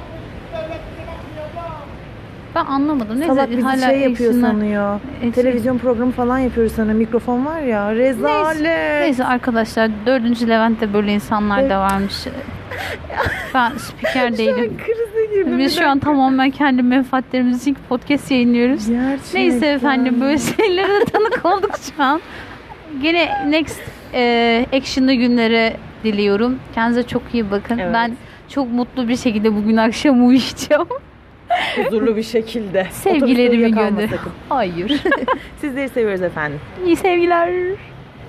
B: Ben anlamadım. Neyse,
A: Salak bizi
B: hala
A: şey yapıyor
B: eksinler.
A: sanıyor.
B: Eksin-
A: Televizyon programı falan yapıyoruz sanıyor. Mikrofon var ya. Rezalet.
B: Neyse, neyse arkadaşlar dördüncü Levent'te böyle insanlar
A: Evet.
B: da varmış. Ben spiker değilim.
A: Krize girdim.
B: Biz şu an tamamen kendi menfaatlerimiz için podcast yayınlıyoruz.
A: Gerçekten.
B: Neyse efendim böyle şeylere de tanık olduk şu an. Gene next e, action'lı günlere diliyorum. Kendinize çok iyi bakın.
A: Evet.
B: Ben çok mutlu bir şekilde bugün akşam uyuyacağım.
A: Huzurlu bir şekilde.
B: Sevgilerimi
A: Otobüste uyuyakalma
B: gönder.
A: sakın.
B: Hayır.
A: Sizleri seviyoruz efendim.
B: İyi sevgiler.